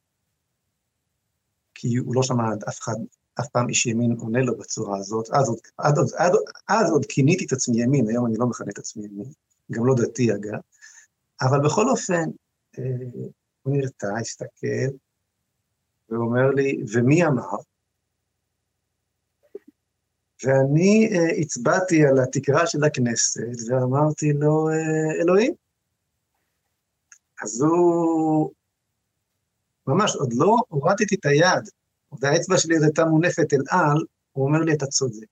כי הוא לא שמע אף פעם איש ימין עונה לו בצורה הזאת, אז עוד כיניתי את עצמי ימין, היום אני לא מכנה את עצמי ימין, גם לא דתי אגב, אבל בכל אופן, הוא נרתע, הסתכל, והוא אומר לי, ומי אמר? ואני הצבעתי על התקרה של הכנסת, ואמרתי לו, אלוהים. אז הוא, ממש, עוד לא הורדתי את היד, עוד האצבע שלי הייתה מונפת אל על, הוא אומר לי, אתה צודק.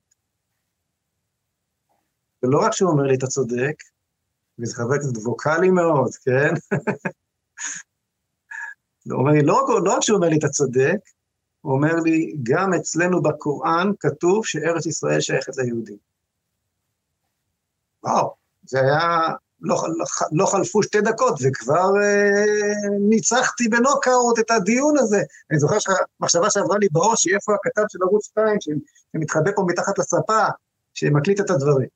ולא רק שהוא אומר לי, אתה צודק, וזה חבר כנסת ווקלי מאוד, כן? הוא אומר לי, לא רק שהוא אומר לי, אתה צודק, הוא אומר לי, גם אצלנו בקוראן כתוב שארץ ישראל שייכת ליהודים. וואו, זה היה, לא חלפו 2 דקות, וכבר ניצחתי בנוקאוט את הדיון הזה. אני זוכר שהמחשבה שעברה לי בראש, היא איפה הכתב של ערוץ 2, שמתחבא פה מתחת לספה, שמקליט את הדברים.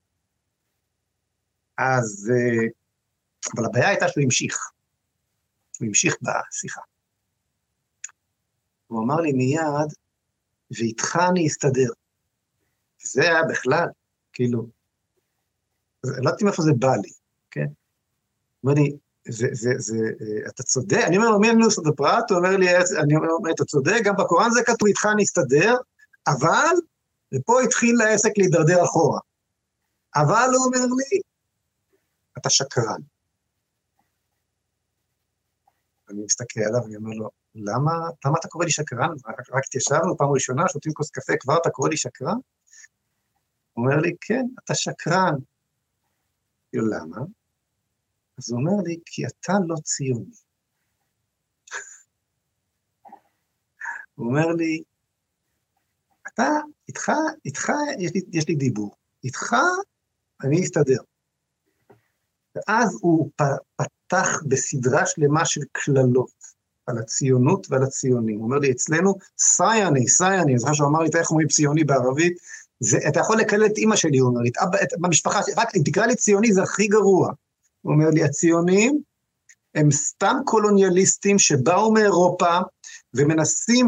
אז, אבל הבעיה הייתה שהוא המשיך. הוא המשיך בשיחה. הוא אמר לי מיד, ואיתך אני אסתדר. זה היה בכלל, כאילו, לא יודעת מאיפה זה בא לי, כן? אומר לי, אתה צודק, אני אומר לו, מי אני עושה את הפרט? הוא אומר לי, אני אומר, אתה צודק, גם בקוראן זה כתוב, איתך אני אסתדר, אבל, ופה התחיל העסק להידרדר אחורה. אבל הוא אומר לי, אתה שקרן. אני מסתכל עליו, אני אומר לו, למה אתה קורא לי שקרן? רק תשבנו פעם ראשונה, שותים כוס קפה, כבר אתה קורא לי שקרן? הוא אומר לי, כן, אתה שקרן. למה? אז הוא אומר לי, כי אתה לא ציוני. הוא אומר לי, איתך יש לי דיבור, איתך אני אסתדר. ואז הוא פתח בסדרה שלמה של כללות, על הציונות ועל הציונים. הוא אומר לי, אצלנו, סייני, אני זוכר שהוא אמר לי, איך אומרים ציוני בערבית, אתה יכול לקלל את אמא שלי, הוא אומר לי, במשפחה, רק אם תקרא לי ציוני, זה הכי גרוע. הוא אומר לי, הציונים הם סתם קולוניאליסטים שבאו מאירופה, ומנסים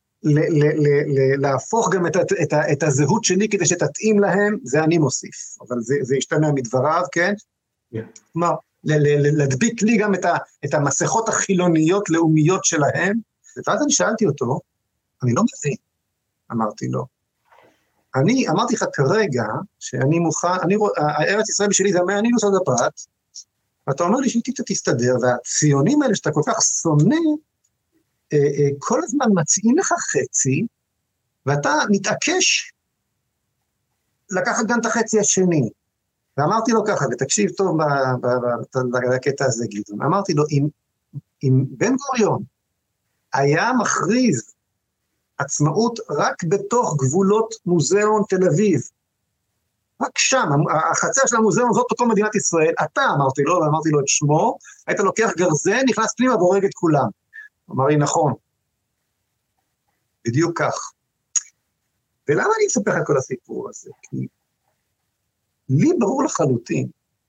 להפוך גם את הזהות שלי, כדי שתתאים להם, זה אני מוסיף, אבל זה ישתמע מדבריו, כן? כלומר, להדביק לי גם את המסכות החילוניות, לאומיות שלהם, ואז אני שאלתי אותו, אני לא מבין, אמרתי לו, אמרתי לך כרגע, שאני מוכן, הארץ ישראל בשבילי זה אני נוסד הפרט, ואתה אומר לי שאיתי תסתדר, והציונים האלה שאתה כל כך שונא, כל הזמן מציעים לך חצי, ואתה מתעקש לקחת גם את החצי השני. ואמרתי לו ככה, ותקשיב טוב לקטע הזה גדעון, אמרתי לו, אם בן גוריון היה מכריז עצמאות רק בתוך גבולות מוזיאון תל אביב, רק שם, החצר של המוזיאון זאת אותו מדינת ישראל, אתה אמרתי לו, ואמרתי לו את שמו, היית לוקח גרזן, נכנס פנימה והורג את כולם. אמר לי, נכון, בדיוק כך. ולמה אני אספר לך כל הסיפור הזה? כי לי ברור לחלוטין,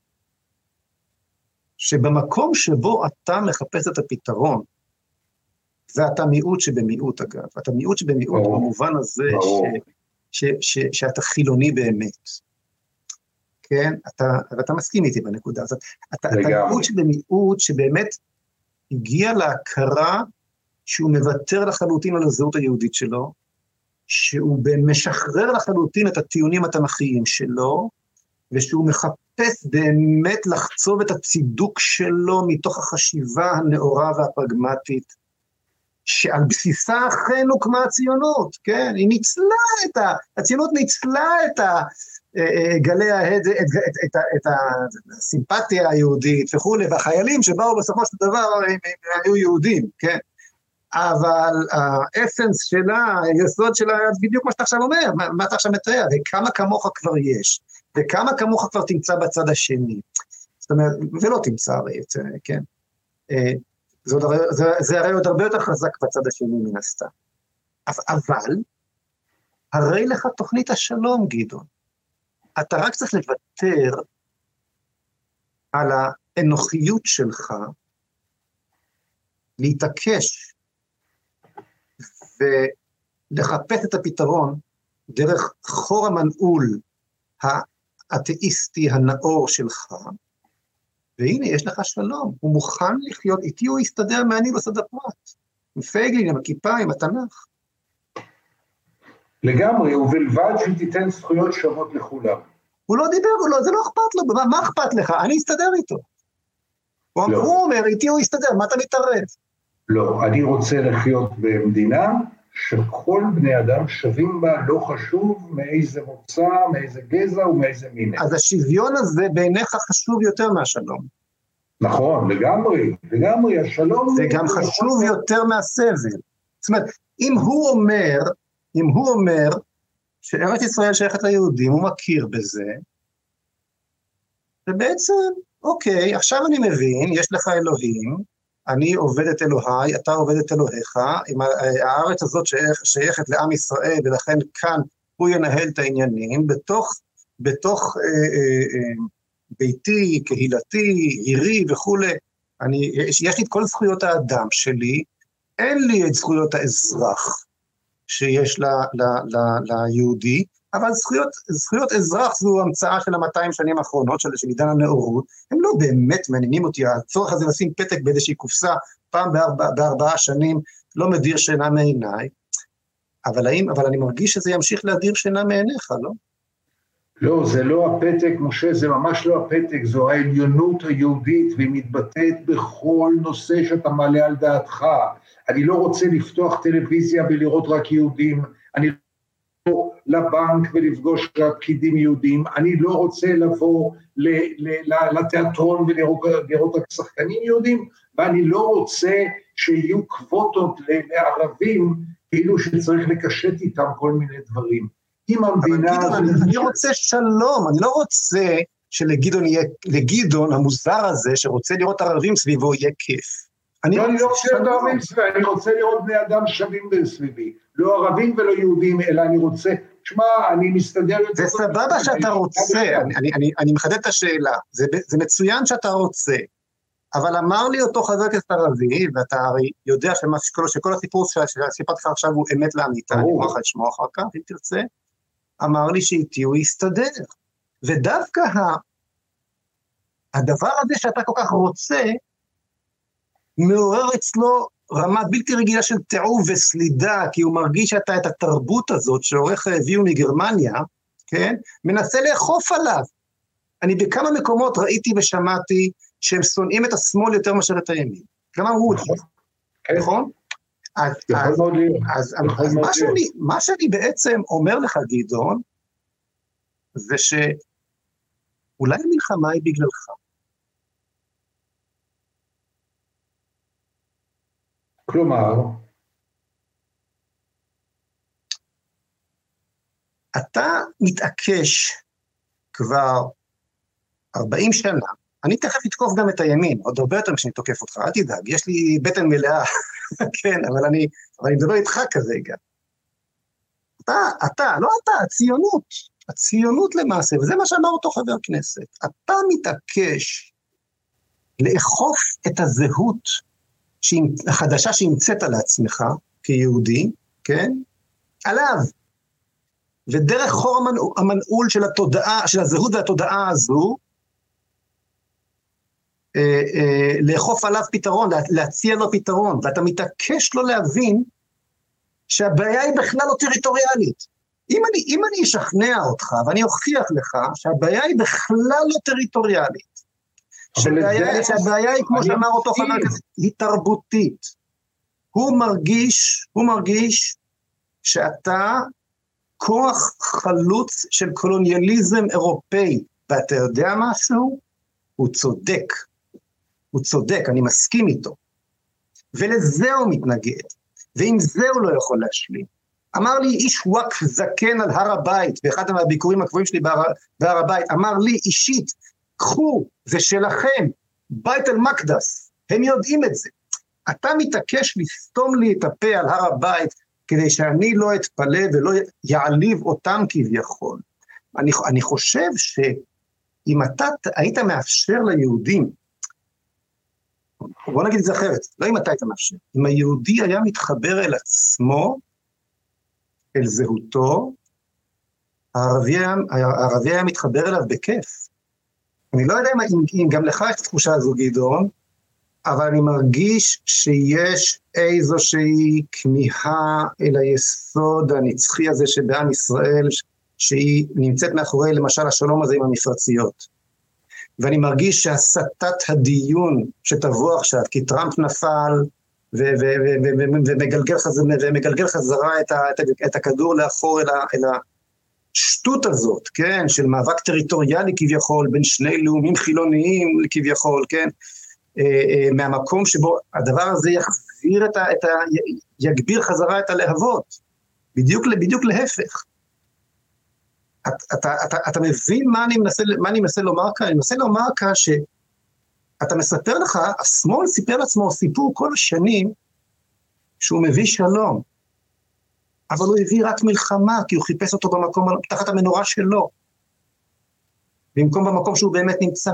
שבמקום שבו אתה מחפש את הפתרון, ואתה מיעוט שבמיעוט אגב, אתה מיעוט שבמיעוט במובן הזה, שאתה חילוני באמת. כן? ואתה מסכים איתי בנקודה הזאת. אתה מיעוט שבמיעוט שבאמת הגיע להכרה שהוא מוותר לחלוטין על הזהות היהודית שלו, שהוא משחרר לחלוטין את הטיעונים התנ"כיים שלו, ושהוא מחפש באמת לחצוב את הצידוק שלו מתוך החשיבה הנאורה והפרגמטית, שעל בסיסה אכן הוקמה הציונות, כן? היא ניצלה הציונות ניצלה את גלי את הסימפתיה היהודית וכו', והחיילים שבאו בסופו של דבר הם היו יהודים, כן? אבל האסנס שלה, היסוד שלה, בדיוק מה שאתה עכשיו אומר, מה אתה עכשיו מתאר, וכמה כמוך כבר יש, וכמה כמוך כבר תמצא בצד השני, זאת אומרת, ולא תמצא הרי, כן? זה הרי עוד הרבה יותר חזק בצד השני מן הסתם. אבל, הרי לך תוכנית השלום, גדעון. אתה רק צריך לוותר על האנוכיות שלך, להתעקש, ולחפש את הפתרון דרך חור המנעול האתאיסטי הנאור שלך, והנה יש לך שלום, הוא מוכן לחיות, איתי הוא יסתדר מעני בסד הפרט, עם פייגלין, עם הכיפה, עם התנ"ך. לגמרי, ובלבד שתיתן זכויות שוות לכולם. הוא לא דיבר, זה לא אכפת לו, מה אכפת לך? אני אסתדר איתו. הוא אומר, איתי הוא יסתדר, מה אתה מתערב? לא, אני רוצה לחיות במדינה שכל בני אדם שווים בה, לא חשוב מאיזה מוצא, מאיזה גזע ומאיזה מין. אז השוויון הזה בעיניך חשוב יותר מהשלום. נכון, לגמרי, השלום... זה גם חשוב יותר מהסבל. זאת אומרת, אם הוא אומר שארץ ישראל שייכת ליהודים, הוא מכיר בזה, ובעצם, אוקיי, עכשיו אני מבין, יש לך אלוהים, אני עובד את אלוהי, אתה עובד את אלוהיך, הארץ הזאת שייכת לעם ישראל, ולכן כאן הוא ינהל את העניינים, בתוך ביתי, קהילתי, עירי וכו', יש לי את כל זכויות האדם שלי, אין לי את זכויות האזרח שיש ליהודי, אבל זכויות אזרח זו המצאה של 200 שנים האחרונות, של עידן הנאורות, הם לא באמת מעניינים אותי, הצורך הזה לשים פתק באיזושהי קופסה, פעם ב4 שנים, לא מדיר שינה מעיניי, אבל אני מרגיש שזה ימשיך להדיר שינה מעיניך, לא? לא, זה לא הפתק, משה, זה ממש לא הפתק, זו העליונות היהודית, והיא מתבטאת בכל נושא שאתה מעלה על דעתך. אני לא רוצה לפתוח טלוויזיה ולראות רק יהודים, אני לא לבנק ולפגוש רק פקידים יהודים, אני לא רוצה לבוא לתיאטרון ולראות רק שחקנים יהודים, ואני לא רוצה שיהיו קווטות לערבים, כאילו שצריך לקשט איתם כל מיני דברים. אני רוצה שלום, אני לא רוצה שלגדעון המוזר הזה, שרוצה לראות ערבים סביבו, יהיה כיף. אני לא רוצה לראות ערבים סביבי, אני רוצה לראות בני אדם שווים סביבי, לא ערבים ולא יהודים, אלא אני רוצה, תשמע, אני מסתדר... זה סבבה שאתה רוצה, אני מחדד את השאלה, זה מצוין שאתה רוצה, אבל אמר לי אותו חבר כנסת ערבי, ואתה הרי יודע שכל הסיפור שסיפרתי לך עכשיו הוא אמת לאמיתה, אני מוכרח לשמוע אחר כך, אם תרצה, אמר לי שאיתי הוא יסתדר, ודווקא הדבר הזה שאתה כל כך רוצה, מעורר אצלו רמה בלתי רגילה של תיעוב וסלידה, כי הוא מרגיש שאתה את התרבות הזאת, שעורך הביאו מגרמניה, כן, מנסה לאכוף עליו. אני בכמה מקומות ראיתי ושמעתי, שהם שונאים את השמאל יותר מאשר את הימין. גם אמרו את זה, נכון? אז מה שאני בעצם אומר לך, גדעון, זה שאולי המלחמה היא בגללך. כלומר? אתה מתעקש כבר 40 שנה, אני תכף אתקוף גם את הימין, עוד הרבה יותר כשאני תוקף אותך, אל תדאג, יש לי בטן מלאה, כן, אבל אני מדבר איתך כרגע. לא אתה, הציונות למעשה, וזה מה שאמר אותו חבר כנסת, אתה מתעקש לאכוף את הזהות החדשה שהמצאת לעצמך, כיהודי, כן, עליו, ודרך חור המנעול של התודעה, של הזהות והתודעה הזו, לאכוף עליו פתרון, להציע לו פתרון, ואתה מתעקש לא להבין שהבעיה היא בכלל לא טריטוריאלית. אם אני אשכנע אותך, ואני אוכיח לך שהבעיה היא בכלל לא טריטוריאלית, שהבעיה היא, כמו שאמר אותו חבר כנסת, היא תרבותית. הוא מרגיש שאתה כוח חלוץ של קולוניאליזם אירופאי, ואתה יודע משהו? הוא צודק, אני מסכים איתו. ולזה הוא מתנגד, ועם זה הוא לא יכול להשלים. אמר לי איש וואקף זקן על הר הבית, באחד מהביקורים הקבועים שלי בהר הבית, אמר לי אישית, קחו, זה שלכם, בית אל מקדס, הם יודעים את זה. אתה מתעקש לסתום לי את הפה על הר הבית, כדי שאני לא אתפלא ולא יעליב אותם כביכול. אני חושב שאם אתה היית מאפשר ליהודים, בוא נגיד את זה אחרת, לא אם אתה היית מאפשר, אם היהודי היה מתחבר אל עצמו, אל זהותו, הערבי היה מתחבר אליו בכיף. אני לא יודע אם גם לך יש תחושה הזו, גדעון, אבל אני מרגיש שיש איזושהי כמיהה אל היסוד הנצחי הזה שבעם ישראל, שהיא נמצאת מאחורי למשל השלום הזה עם המפרציות. ואני מרגיש שהסטת הדיון שתבוא עכשיו, כי טראמפ נפל, ומגלגל חזרה את הכדור לאחור אל השטות הזאת, כן, של מאבק טריטוריאלי כביכול, בין שני לאומים חילוניים כביכול, כן, מהמקום שבו הדבר הזה יחזיר יגביר חזרה את הלהבות, בדיוק להפך. אתה מבין מה אני מנסה לומר כאן? אני מנסה לומר כאן שאתה מספר לך, השמאל סיפר לעצמו סיפור כל השנים, שהוא מביא שלום, אבל הוא הביא רק מלחמה, כי הוא חיפש אותו במקום, תחת המנורה שלו, במקום במקום שהוא באמת נמצא.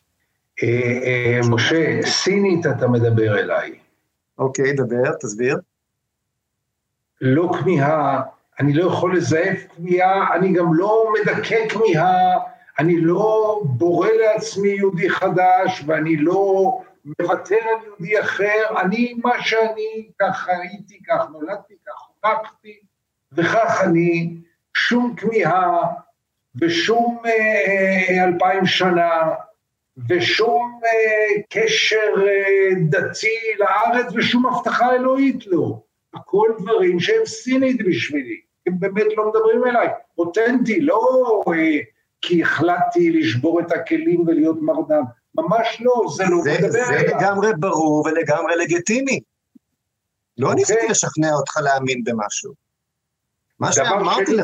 משה, סינית אתה מדבר אליי. אוקיי, דבר, תסביר. לא כמיהה, אני לא יכול לזהף כמיהה, אני גם לא מדכא כמיהה, אני לא בורא לעצמי יהודי חדש, ואני לא מוותר על יהודי אחר, אני מה שאני כך ראיתי, כך נולדתי, כך חונכתי, וכך אני, שום כמיהה, ושום 2000 שנה, ושום קשר דתי לארץ, ושום הבטחה אלוהית לא. הכל דברים שהם סינית בשבילי, הם באמת לא מדברים אליי, אותנטי, לא כי החלטתי לשבור את הכלים ולהיות מרדם, ממש לא, זה לא מדבר אליי. זה לגמרי ברור ולגמרי לגיטימי. לא ניסיתי לשכנע אותך להאמין במשהו. מה שאמרתי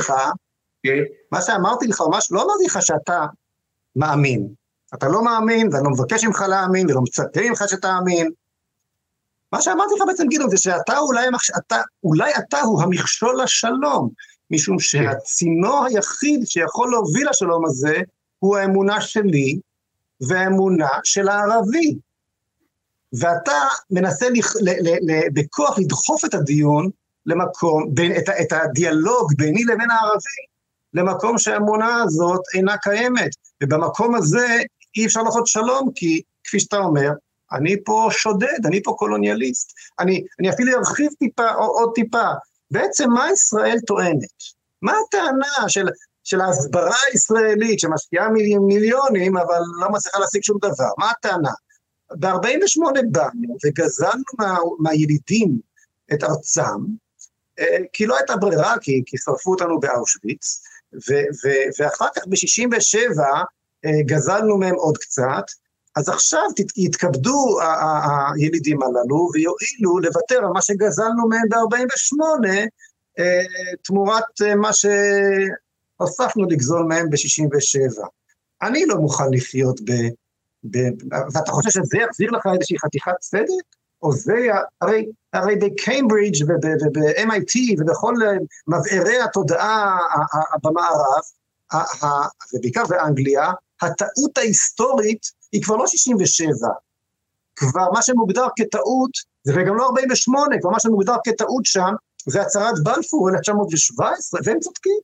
לך, ממש לא אמרתי לך שאתה מאמין. אתה לא מאמין, ואני לא מבקש ממך להאמין, ולא מצפה ממך שתאמין. מה שאמרתי לך בעצם, גדעון, זה שאתה אולי אתה הוא המכשול לשלום, משום שהצינור היחיד שיכול להוביל לשלום הזה, הוא האמונה שלי, והאמונה של הערבי. ואתה מנסה בכוח לדחוף את הדיון, למקום, את הדיאלוג ביני לבין הערבי, למקום שהאמונה הזאת אינה קיימת, ובמקום הזה אי אפשר לעשות שלום, כי כפי שאתה אומר, אני פה שודד, אני פה קולוניאליסט, אני אפילו ארחיב טיפה או עוד טיפה, בעצם מה ישראל טוענת? מה הטענה של ההסברה הישראלית, שמשקיעה מיליונים, אבל לא מצליחה להשיג שום דבר, מה הטענה? ב-48 באנו וגזלנו מהילידים את ארצם, כי לא הייתה ברירה, כי שרפו אותנו באושוויץ, ואחר כך ב-67 גזלנו מהם עוד קצת, אז עכשיו יתכבדו הילידים הללו, ויועילו לוותר על מה שגזלנו מהם ב-48, תמורת מה שהוספנו לגזול מהם ב-67. אני לא מוכן לחיות ואתה חושב שזה יחזיר לך איזושהי חתיכת צדק? או זה, הרי בקיימברידג' וב-MIT ובכל מבערי התודעה במערב, ובעיקר באנגליה, הטעות ההיסטורית היא כבר לא 67, כבר מה שמוגדר כטעות, זה וגם לא 48, כבר מה שמוגדר כטעות שם, זה הצהרת בלפור 1917, והם צודקים.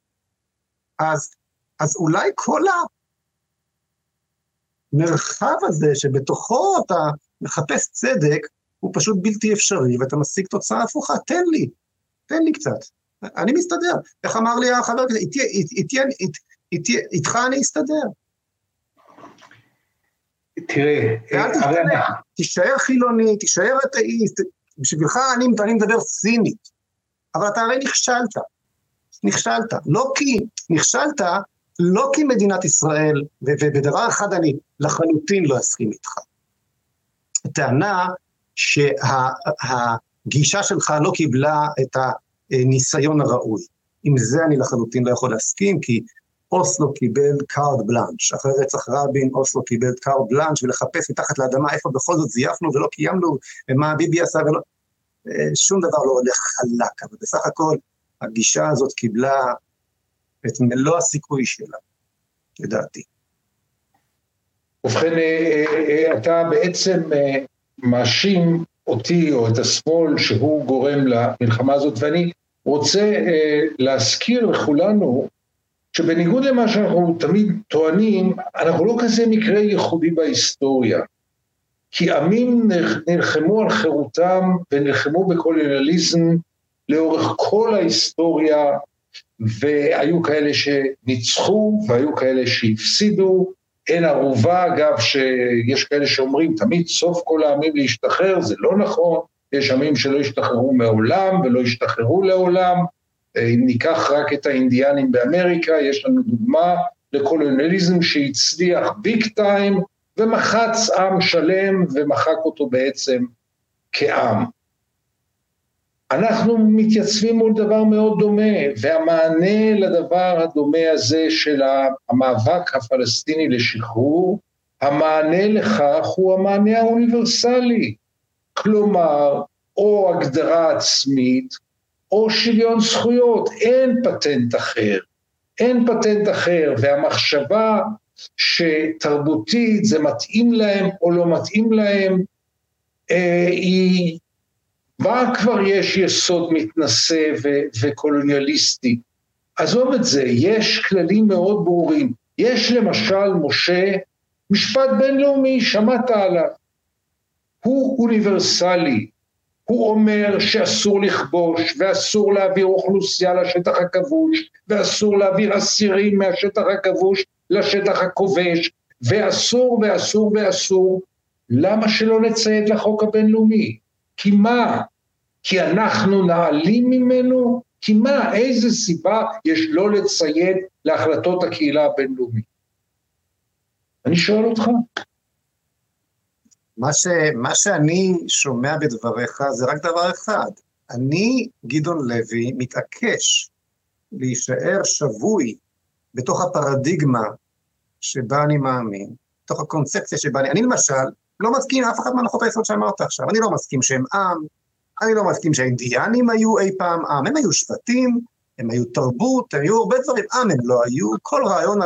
אז אולי כל המרחב הזה שבתוכו אתה מחפש צדק, הוא פשוט בלתי אפשרי, ואתה משיג תוצאה הפוכה, תן לי קצת, אני מסתדר. איך אמר לי החבר כזה, איתך אני אסתדר. תראה, תישאר חילוני, תישאר אתאיסט, בשבילך אני מדבר סינית, אבל אתה הרי נכשלת, לא כי מדינת ישראל, ובדבר אחד אני לחלוטין לא אסכים איתך. הטענה שהגישה שלך לא קיבלה את הניסיון הראוי. עם זה אני לחלוטין לא יכול להסכים, כי אוסלו קיבל קארד בלנש, אחרי רצח רבין אוסלו קיבל קארד בלנש, ולחפש מתחת לאדמה איפה בכל זאת זייפנו ולא קיימנו, ומה ביבי עשה ולא, שום דבר לא הולך חלק, אבל בסך הכל הגישה הזאת קיבלה את מלוא הסיכוי שלה, לדעתי. ובכן, אתה בעצם מאשים אותי או את השמאל שהוא גורם למלחמה הזאת, ואני רוצה להזכיר לכולנו, שבניגוד למה שאנחנו תמיד טוענים, אנחנו לא כזה מקרה ייחודי בהיסטוריה. כי עמים נלחמו על חירותם ונלחמו בקולוניאליזם לאורך כל ההיסטוריה, והיו כאלה שניצחו והיו כאלה שהפסידו. אין ערובה, אגב, שיש כאלה שאומרים תמיד סוף כל העמים להשתחרר, זה לא נכון, יש עמים שלא השתחררו מעולם ולא השתחררו לעולם. אם ניקח רק את האינדיאנים באמריקה, יש לנו דוגמה לקולוניאליזם שהצליח ביג טיים, ומחץ עם שלם ומחק אותו בעצם כעם. אנחנו מתייצבים מול דבר מאוד דומה, והמענה לדבר הדומה הזה של המאבק הפלסטיני לשחרור, המענה לכך הוא המענה האוניברסלי, כלומר, או הגדרה עצמית, או שוויון זכויות, אין פטנט אחר. אין פטנט אחר, והמחשבה שתרבותית זה מתאים להם או לא מתאים להם, היא, בה כבר יש יסוד מתנשא וקולוניאליסטי. עזוב את זה, יש כללים מאוד ברורים. יש למשל, משה, משפט בינלאומי, שמעת עליו. הוא אוניברסלי. הוא אומר שאסור לכבוש, ואסור להעביר אוכלוסייה לשטח הכבוש, ואסור להעביר אסירים מהשטח הכבוש לשטח הכובש, ואסור ואסור ואסור. למה שלא נציית לחוק הבינלאומי? כי מה? כי אנחנו נעלים ממנו? כי מה? איזה סיבה יש לא לציית להחלטות הקהילה הבינלאומית? אני שואל אותך. מה שאני שומע בדבריך זה רק דבר אחד. אני, גדעון לוי, מתעקש להישאר שבוי בתוך הפרדיגמה שבה אני מאמין, בתוך הקונספציה שבה אני למשל לא מסכים אף אחד מהנחות היסוד שאמרת עכשיו. אני לא מסכים שהם עם, אני לא מסכים שהאינדיאנים היו אי פעם עם, הם היו שבטים, הם היו תרבות, הם היו הרבה דברים, עם הם לא היו. כל רעיון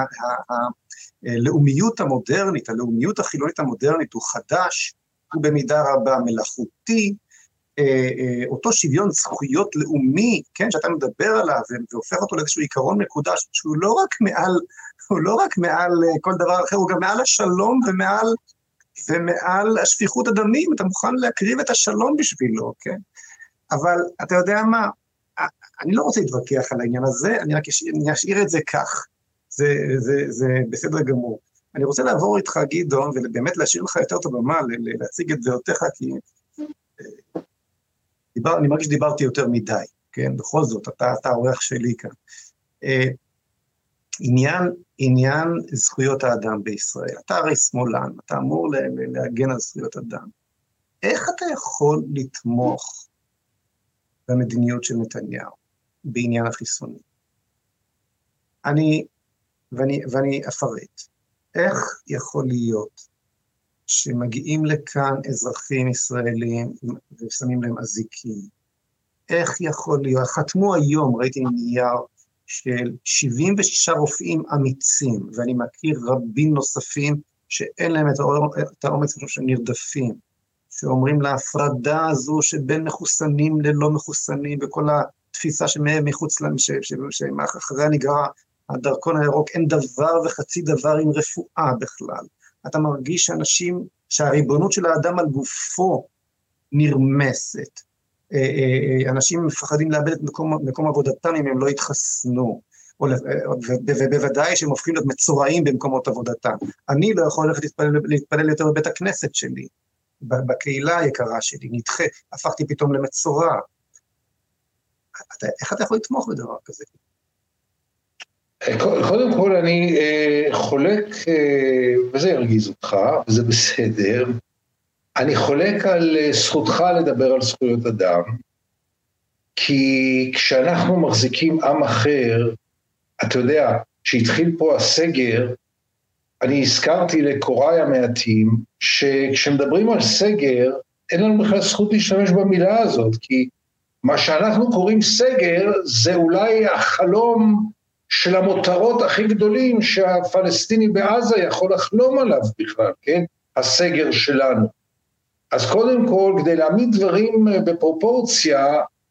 הלאומיות המודרנית, הלאומיות החילונית המודרנית הוא חדש, הוא במידה רבה מלאכותי, אותו שוויון זכויות לאומי, כן, שאתה מדבר עליו, והופך אותו לאיזשהו עיקרון מקודש, שהוא לא רק מעל כל דבר אחר, הוא גם מעל השלום ומעל השפיכות הדמים, אתה מוכן להקריב את השלום בשבילו, כן? אבל אתה יודע מה, אני לא רוצה להתווכח על העניין הזה, אני רק אשאיר את זה כך, זה בסדר גמור. אני רוצה לעבור איתך, גדעון, ובאמת להשאיר לך יותר את הבמה, להציג את דעותיך, כי אני מרגיש שדיברתי יותר מדי, כן? בכל זאת, אתה האורח שלי כאן. עניין זכויות האדם בישראל, אתה הרי שמאלן, אתה אמור להגן על זכויות אדם. איך אתה יכול לתמוך במדיניות של נתניהו בעניין החיסונים? ואני אפרט. איך יכול להיות שמגיעים לכאן אזרחים ישראלים ושמים להם אזיקים? איך יכול להיות? חתמו היום, ראיתי נייר של 76 רופאים אמיצים, ואני מכיר רבים נוספים שאין להם את האומץ שנרדפים, שאומרים להפרדה הזו שבין מחוסנים ללא מחוסנים, וכל התפיסה שמהם מחוץ להם, שמאחריה נגרע הדרכון הירוק, אין דבר וחצי דבר עם רפואה בכלל. אתה מרגיש שאנשים, שהריבונות של האדם על גופו נרמסת, אנשים מפחדים לאבד את מקום עבודתם אם הם לא יתחסנו, ובוודאי שהם הופכים להיות מצורעים במקומות עבודתם. אני לא יכול ללכת להתפלל יותר בבית הכנסת שלי, בקהילה היקרה שלי, נדחה, הפכתי פתאום למצורע. איך אתה יכול לתמוך בדבר כזה? קודם כל אני חולק, וזה ירגיז אותך, וזה בסדר, אני חולק על זכותך לדבר על זכויות אדם, כי כשאנחנו מחזיקים עם אחר, אתה יודע, שהתחיל פה הסגר, אני הזכרתי לקוראי המעטים, שכשמדברים על סגר, אין לנו בכלל זכות להשתמש במילה הזאת, כי מה שאנחנו קוראים סגר, זה אולי החלום של המותרות הכי גדולים, שהפלסטיני בעזה יכול לחלום עליו בכלל, כן? הסגר שלנו. אז קודם כל, כדי להעמיד דברים בפרופורציה,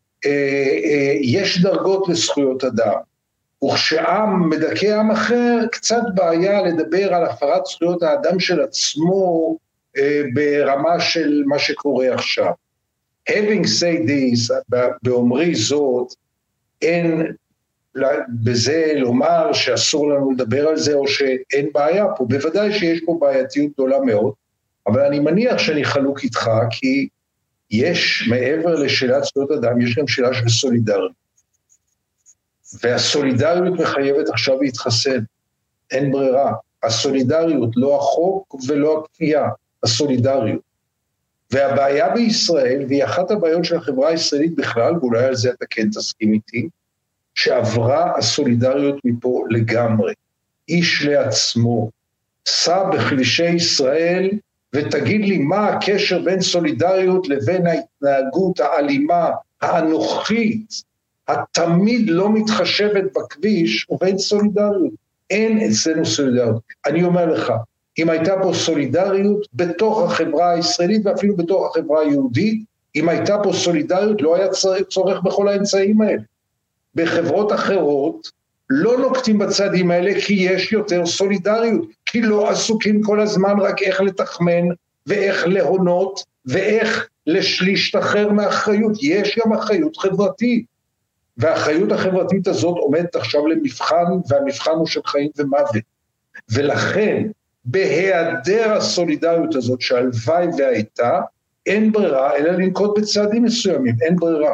יש דרגות לזכויות אדם. וכשעם מדכא עם אחר, קצת בעיה לדבר על הפרת זכויות האדם של עצמו, ברמה של מה שקורה עכשיו. Having said this, באומרי זאת, אין בזה לומר שאסור לנו לדבר על זה, או שאין בעיה פה. בוודאי שיש פה בעייתיות גדולה מאוד, אבל אני מניח שאני חלוק איתך, כי יש מעבר לשאלת זכויות אדם, יש גם שאלה של סולידריות. והסולידריות מחייבת עכשיו להתחסן, אין ברירה. הסולידריות, לא החוק ולא הכפייה, הסולידריות. והבעיה בישראל, והיא אחת הבעיות של החברה הישראלית בכלל, ואולי על זה אתה כן תסכים איתי, שעברה הסולידריות מפה לגמרי. איש לעצמו, סע בכבישי ישראל, ותגיד לי מה הקשר בין סולידריות לבין ההתנהגות האלימה, האנוכית, התמיד לא מתחשבת בכביש, ובין סולידריות. אין אצלנו סולידריות. אני אומר לך, אם הייתה פה סולידריות בתוך החברה הישראלית, ואפילו בתוך החברה היהודית, אם הייתה פה סולידריות, לא היה צורך בכל האמצעים האלה. בחברות אחרות, לא נוקטים בצעדים האלה, כי יש יותר סולידריות, כי לא עסוקים כל הזמן רק איך לתחמן, ואיך להונות, ואיך להשתחרר מאחריות. יש גם אחריות חברתית, והאחריות החברתית הזאת עומדת עכשיו למבחן, והמבחן הוא של חיים ומוות. ולכן, בהיעדר הסולידריות הזאת, שהלוואי והייתה, אין ברירה, אלא לנקוט בצעדים מסוימים, אין ברירה.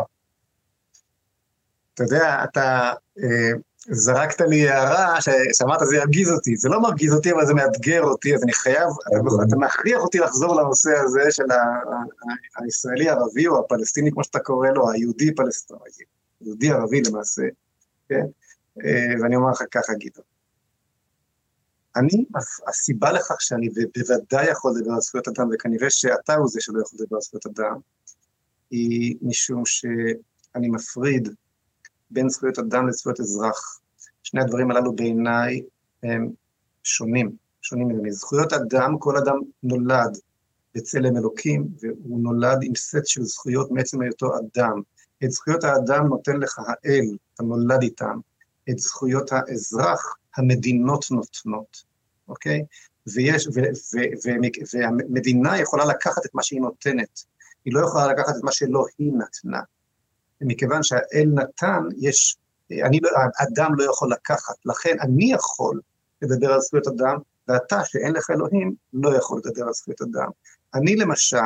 אתה יודע, אתה זרקת לי הערה שאמרת זה ירגיז אותי, זה לא מרגיז אותי אבל זה מאתגר אותי, אז אני חייב, אתה מכריח אותי לחזור לנושא הזה של הישראלי ערבי או הפלסטיני כמו שאתה קורא לו, היהודי פלסטיני, יהודי ערבי למעשה, כן? ואני אומר לך ככה גדעון, הסיבה לכך שאני בוודאי יכול לדבר על זכויות אדם, וכנראה שאתה הוא זה שלא יכול לדבר על זכויות אדם, היא משום שאני מפריד בין זכויות אדם לזכויות אזרח. שני הדברים הללו בעיניי הם שונים ממני. זכויות אדם, כל אדם נולד בצלם אלוקים, והוא נולד עם סט של זכויות מעצם היותו אדם. את זכויות האדם נותן לך האל, אתה נולד איתם. את זכויות האזרח, המדינות נותנות, אוקיי? והמדינה יכולה לקחת את מה שהיא נותנת, היא לא יכולה לקחת את מה שלא היא נתנה, מכיוון שהאל נתן, אדם לא יכול לקחת, לכן אני יכול לדבר על זכויות אדם, ואתה שאין לך אלוהים לא יכול לדבר על זכויות אדם. אני למשל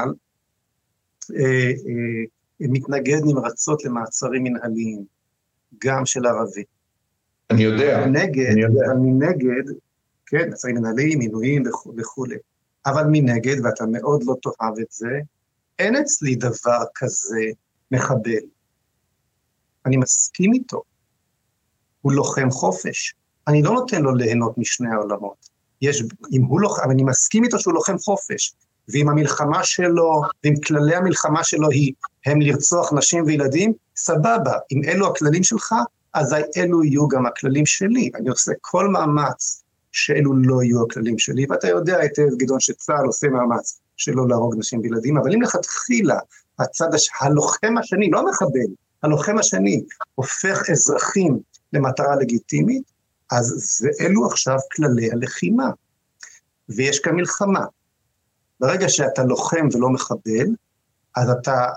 מתנגד נמרצות למעצרים מנהליים, גם של ערבי. אני יודע. אבל מנגד, כן, מעצרים מנהליים, מינויים וכו'. אבל מנגד, ואתה מאוד לא תאהב את זה, אין אצלי דבר כזה מחבל. אני מסכים איתו. הוא לוחם חופש. אני לא נותן לו ליהנות משני העולמות. אבל אני מסכים איתו שהוא לוחם חופש. ואם המלחמה שלו, ואם כללי המלחמה שלו הם לרצוח נשים וילדים, סבבה. אם אלו הכללים שלך, אז אלו יהיו גם הכללים שלי. אני עושה כל מאמץ שאלו לא יהיו הכללים שלי, ואתה יודע היטב, גדעון, שצה"ל עושה מאמץ שלא להרוג נשים וילדים, אבל אם לכתחילה הצד הלוחם השני, לא מחבל, הלוחם השני הופך אזרחים למטרה לגיטימית, אז אלו עכשיו כללי הלחימה, ויש כאן מלחמה. ברגע שאתה לוחם ולא מחבל, אז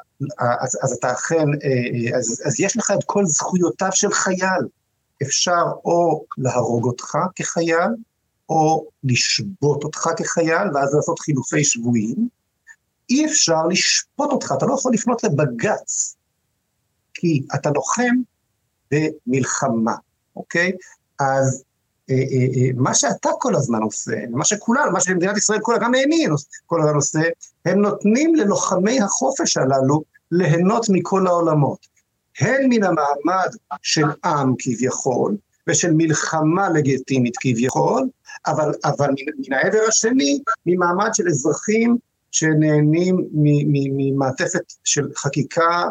אתה אכן, אז יש לך את כל זכויותיו של חייל. אפשר או להרוג אותך כחייל, או לשבות אותך כחייל, ואז לעשות חילופי שבויים. אי אפשר לשפוט אותך, אתה לא יכול לפנות לבגץ, כי אתה לוחם במלחמה, אוקיי? אז מה שאתה כל הזמן עושה, מה שמדינת ישראל גם העניין כל הזמן עושה, הם נותנים ללוחמי החופש הללו ליהנות מכל העולמות. הן מן המעמד של עם כביכול, ושל מלחמה לגיטימית כביכול, אבל מן העבר השני, ממעמד של אזרחים שנהנים ממעטפת של חקיקה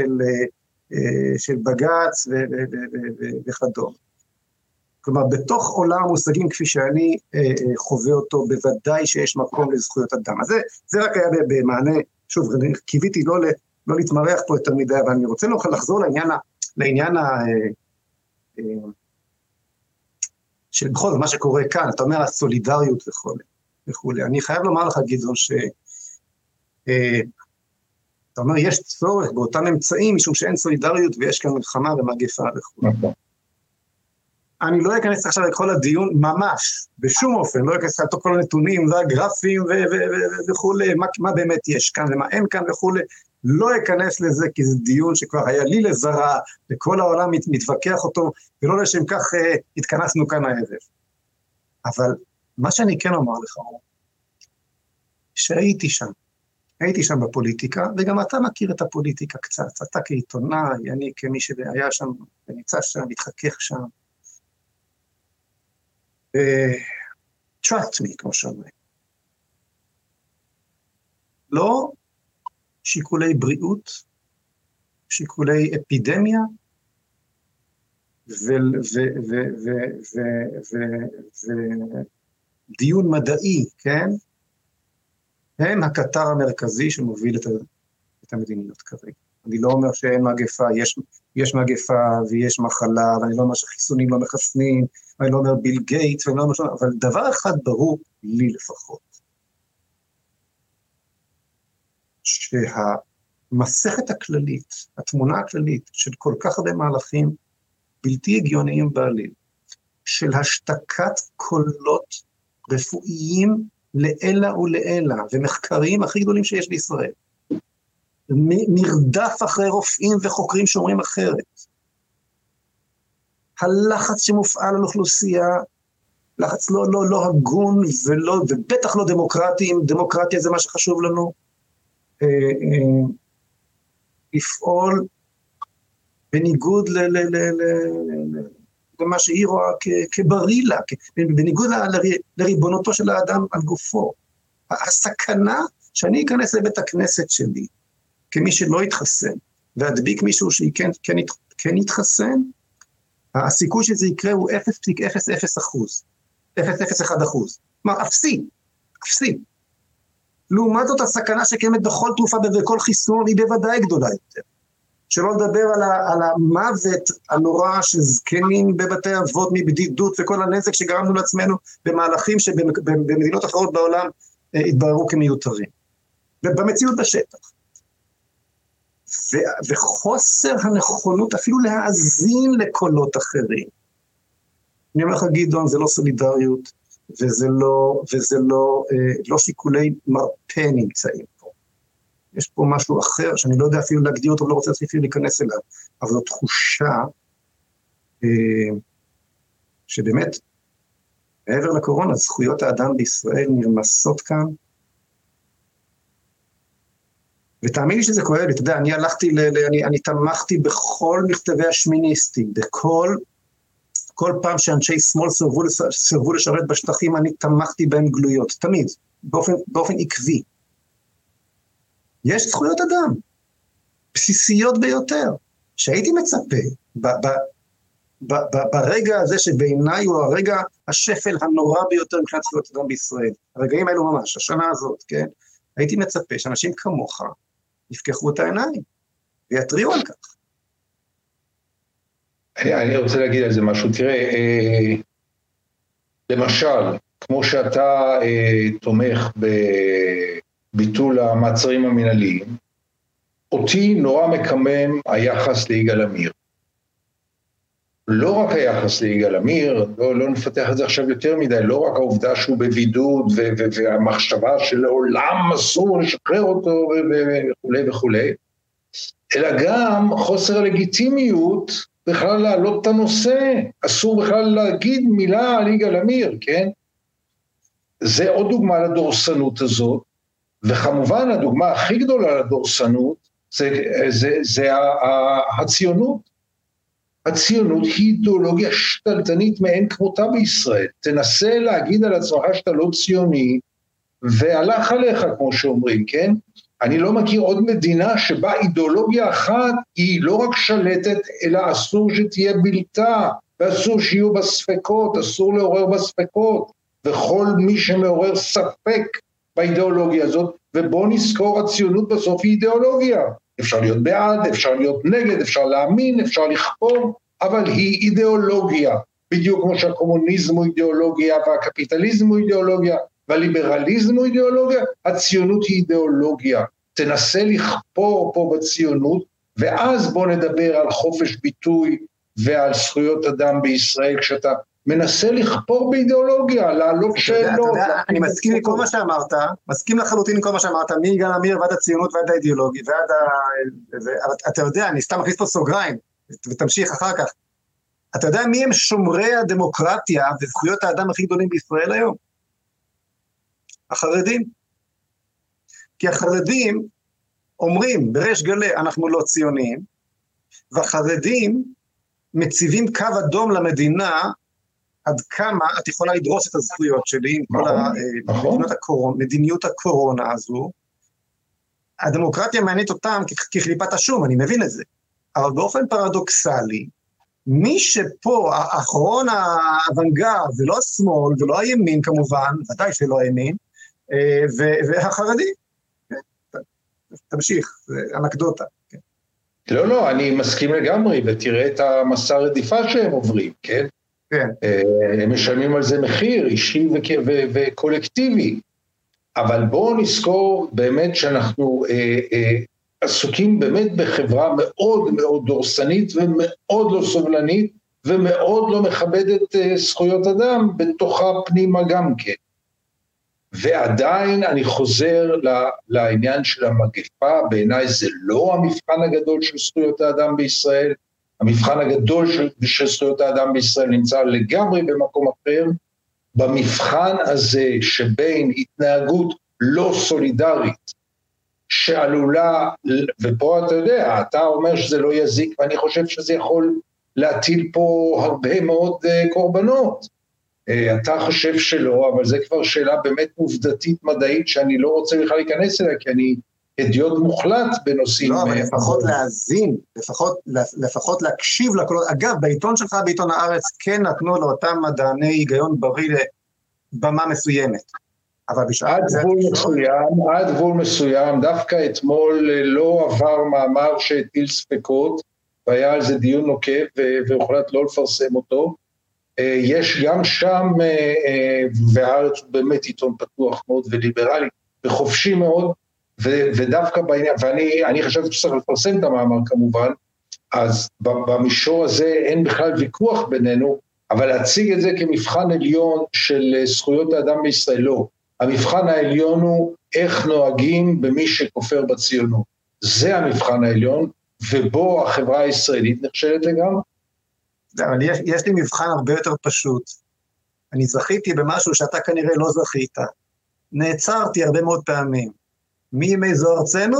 ושל בגץ וכדומה. כלומר, בתוך עולם המושגים כפי שאני חווה אותו, בוודאי שיש מקום לזכויות אדם. אז זה רק היה במענה, שוב, קיוויתי לא להתמרח פה יותר מדי, אבל אני רוצה לחזור לעניין של בכל מה שקורה כאן, אתה אומר הסולידריות וכו'. אני חייב לומר לך, גדעון, אתה אומר, יש צורך באותם אמצעים, משום שאין סולידריות ויש כאן מלחמה ומגפה וכו'. אני לא אכנס עכשיו לכל הדיון, ממש, בשום אופן, לא אכנס לתוך כל הנתונים, והגרפים וכו', מה באמת יש כאן ומה אין כאן וכו', לא אכנס לזה, כי זה דיון שכבר היה לי לזרע, וכל העולם מתווכח אותו, ולא לשם כך התכנסנו כאן הערב. אבל מה שאני כן אומר לך הוא, שהייתי שם בפוליטיקה, וגם אתה מכיר את הפוליטיקה קצת, אתה כעיתונאי, אני כמי שהיה שם, וניצה שם, מתחכך שם. trust me, כמו שאומרים. לא שיקולי בריאות, שיקולי אפידמיה, ודיון מדעי, כן? הם הקטר המרכזי שמוביל את המדיניות כרגע. אני לא אומר שאין מגפה, יש מגפה ויש מחלה, ואני לא אומר שחיסונים לא מחסנים, ואני לא אומר ביל גייטס, ואני לא אומר אבל דבר אחד ברור לי לפחות, שהמסכת הכללית, התמונה הכללית של כל כך הרבה מהלכים בלתי הגיוניים בעליל, של השתקת קולות רפואיים לאלה ולאלה, ומחקרים הכי גדולים שיש בישראל, מרדף אחרי רופאים וחוקרים שאומרים אחרת, הלחץ שמופעל על אוכלוסייה, לחץ לא הגון ובטח לא דמוקרטי, אם דמוקרטיה זה מה שחשוב לנו, לפעול בניגוד למה שהיא רואה כבריא לה, בניגוד לריבונותו של האדם על גופו. הסכנה שאני אכנס לבית הכנסת שלי, כמי שלא יתחסן, והדביק מישהו שכן יתחסן, הסיכוי שזה יקרה הוא 0.00%, 0.01%. כלומר, אפסי. לעומת זאת, הסכנה שקיימת בכל תרופה ובכל חיסון היא בוודאי גדולה יותר. שלא לדבר על המוות הנורא של זקנים בבתי אבות מבדידות, וכל הנזק שגרמנו לעצמנו במהלכים שבמדינות אחרות בעולם התבררו כמיותרים. ובמציאות בשטח. וחוסר הנכונות אפילו להאזין לקולות אחרים. אני אומר לך גדעון, זה לא סולידריות, וזה לא שיקולי מרפא נמצאים פה. יש פה משהו אחר, שאני לא יודע אפילו להגדיר אותו, לא רוצה אפילו להיכנס אליו, אבל זו תחושה שבאמת, מעבר לקורונה, זכויות האדם בישראל נרמסות כאן, ותאמין לי שזה כואב, אתה יודע, אני תמכתי בכל מכתבי השמיניסטים, כל פעם שאנשי שמאל סרבו לשרת בשטחים, אני תמכתי בהם גלויות, תמיד, באופן עקבי. יש זכויות אדם, בסיסיות ביותר, שהייתי מצפה, ברגע הזה שבעיניי הוא הרגע השפל הנורא ביותר מבחינת זכויות אדם בישראל, הרגעים האלו ממש, השנה הזאת, כן? הייתי מצפה שאנשים כמוך יפקחו את העיניים, ויתריעו על כך. אני רוצה להגיד על זה משהו, תראה, למשל, כמו שאתה תומך בביטול המעצרים המנהליים, אותי נורא מקמם היחס ליגאל עמיר. לא רק היחס ליגאל עמיר, לא נפתח את זה עכשיו יותר מדי, לא רק העובדה שהוא בבידוד והמחשבה שלעולם אסור לשחרר אותו וכו', אלא גם חוסר הלגיטימיות בכלל להעלות את הנושא, אסור בכלל להגיד מילה על יגאל עמיר, כן? זה עוד דוגמה לדורסנות הזאת, וכמובן הדוגמה הכי גדולה לדורסנות זה הציונות. הציונות היא אידיאולוגיה שתלטנית מאין כמותה בישראל. תנסה להגיד על עצמך שאתה לא ציוני, והלך עליך, כמו שאומרים, כן? אני לא מכיר עוד מדינה שבה אידיאולוגיה אחת היא לא רק שלטת, אלא אסור שתהיה בלתה, ואסור שיהיו בה ספקות, אסור לעורר בה ספקות, וכל מי שמעורר ספק באידיאולוגיה הזאת, ובוא נזכור, הציונות בסוף היא אידיאולוגיה. אפשר להיות בעד, אפשר להיות נגד, אפשר להאמין, אפשר לכפור, אבל היא אידיאולוגיה, בדיוק כמו שהקומוניזם הוא אידיאולוגיה, והקפיטליזם הוא אידיאולוגיה, והליברליזם הוא אידיאולוגיה, הציונות היא אידיאולוגיה. תנסה לכפור פה בציונות, ואז בוא נדבר על חופש ביטוי ועל זכויות אדם בישראל, כשאתה מנסה לכפור באידיאולוגיה, להעלות שאלות. אני מסכים עם כל מה שאמרת, מסכים לחלוטין עם כל מה שאמרת, מיגאל עמיר ועד הציונות ועד האידיאולוגיה, אתה יודע, אני סתם מכניס פה סוגריים, ותמשיך אחר כך. אתה יודע מי הם שומרי הדמוקרטיה וזכויות האדם הכי גדולים בישראל היום? החרדים. כי החרדים אומרים בריש גלי, אנחנו לא ציונים, והחרדים מציבים קו אדום למדינה, עד כמה את יכולה לדרוס את הזכויות שלי, עם כל מדיניות הקורונה הזו. הדמוקרטיה מעניינת אותם כקליפת השום, אני מבין את זה. אבל באופן פרדוקסלי, מי שפה, האחרון האוונגרד, זה לא השמאל, ולא הימין כמובן, ודאי שלא הימין, והחרדים. תמשיך, זה אנקדוטה. לא, אני מסכים לגמרי, ותראה את המסע רדיפה שהם עוברים, כן? כן. הם משלמים על זה מחיר אישי וקולקטיבי, אבל בואו נזכור באמת שאנחנו עסוקים באמת בחברה מאוד מאוד דורסנית ומאוד לא סובלנית ומאוד לא מכבדת זכויות אדם בתוכה פנימה גם כן. ועדיין אני חוזר לעניין של המגפה, בעיניי זה לא המבחן הגדול של זכויות האדם בישראל, המבחן הגדול של זכויות האדם בישראל נמצא לגמרי במקום אחר, במבחן הזה שבין התנהגות לא סולידרית, שעלולה, ופה אתה יודע, אתה אומר שזה לא יזיק, ואני חושב שזה יכול להטיל פה הרבה מאוד קורבנות. אתה חושב שלא, אבל זה כבר שאלה באמת עובדתית מדעית, שאני לא רוצה בכלל להיכנס אליה, כי אני הדיוט מוחלט בנושאים. לא, אבל לפחות להאזין, לפחות להקשיב לקולות. אגב, בעיתון שלך, בעיתון הארץ, כן נתנו לאותם מדעני היגיון בריא לבמה מסוימת. אבל עד גבול מסוים, דווקא אתמול לא עבר מאמר שהטיל ספקות, והיה על זה דיון נוקב, והוחלט לא לפרסם אותו. יש גם שם, והארץ באמת עיתון פתוח מאוד וליברלי, וחופשי מאוד, ודווקא בעניין, ואני חשבתי שצריך לפרסם את המאמר כמובן, אז במישור הזה אין בכלל ויכוח בינינו, אבל להציג את זה כמבחן עליון של זכויות האדם בישראל, לא. המבחן העליון הוא איך נוהגים במי שכופר בציונות. זה המבחן העליון, ובו החברה הישראלית נכשלת לגמרי. אבל יש לי מבחן הרבה יותר פשוט. אני זכיתי במשהו שאתה כנראה לא זכית. נעצרתי הרבה מאוד פעמים. מימי זו ארצנו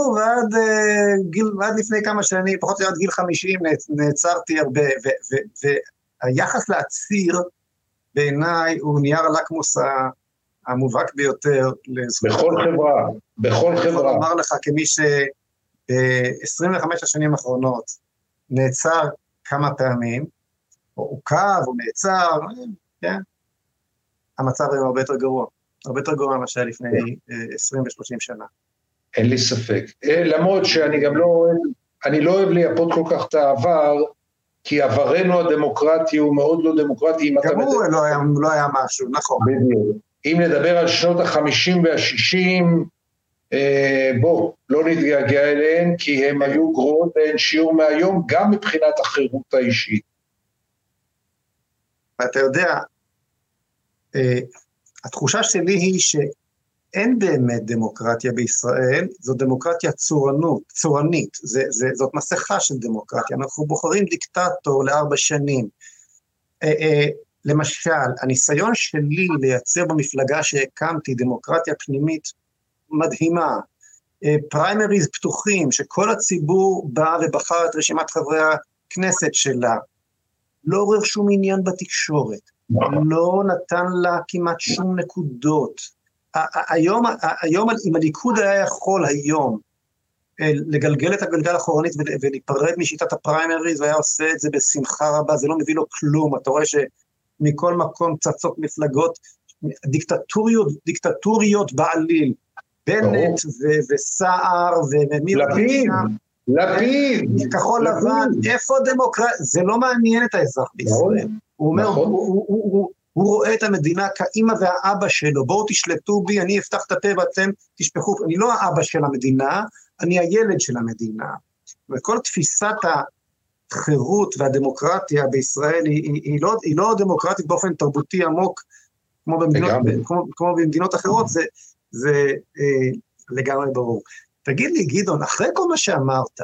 ועד לפני כמה שנים, פחות או עד גיל 50, נעצרתי הרבה. והיחס לעציר, בעיניי, הוא נייר הלקמוס המובהק ביותר. בכל חברה. אני יכול לומר לך, כמי ש25 השנים האחרונות נעצר כמה פעמים, או עוקב, או נעצר, כן? המצב היום הרבה יותר גרוע. הרבה יותר גרוע למשל לפני 20 ו-30 שנה. אין לי ספק. למרות שאני גם לא אוהב, אני לא אוהב לייפות כל כך את העבר, כי עברנו הדמוקרטי הוא מאוד לא דמוקרטי. גם הוא לא היה משהו, נכון. בדיוק. אם נדבר על שנות ה-50 וה-60, בוא, לא נתגעגע אליהן, כי הם היו גרועות ואין שיעור מהיום, גם מבחינת החירות האישית. ואתה יודע, התחושה שלי היא שאין באמת דמוקרטיה בישראל, זו דמוקרטיה צורנית, זאת מסכה של דמוקרטיה, אנחנו בוחרים דיקטטור ל4 שנים. למשל, הניסיון שלי לייצר במפלגה שהקמתי דמוקרטיה פנימית מדהימה, פריימריז פתוחים, שכל הציבור בא ובחר את רשימת חברי הכנסת שלה, לא עורר שום עניין בתקשורת, לא נתן לה כמעט שום נקודות. היום אם הליכוד היה יכול היום לגלגל את הגלגל האחורנית ולהיפרד משיטת הפריימריז, והיה עושה את זה בשמחה רבה, זה לא מביא לו כלום. אתה רואה שמכל מקום צצות מפלגות דיקטטוריות בעליל, בנט וסער ומי לפיד, כחול לבן, איפה דמוקרטיה? זה לא מעניין את האזרח בישראל. הוא אומר, הוא רואה את המדינה כאמא והאבא שלו, בואו תשלטו בי, אני אפתח את הפה ואתם תשפכו, אני לא האבא של המדינה, אני הילד של המדינה. וכל תפיסת החירות והדמוקרטיה בישראל היא לא דמוקרטית באופן תרבותי עמוק, כמו במדינות אחרות, זה לגמרי ברור. תגיד לי, גדעון, אחרי כל מה שאמרת,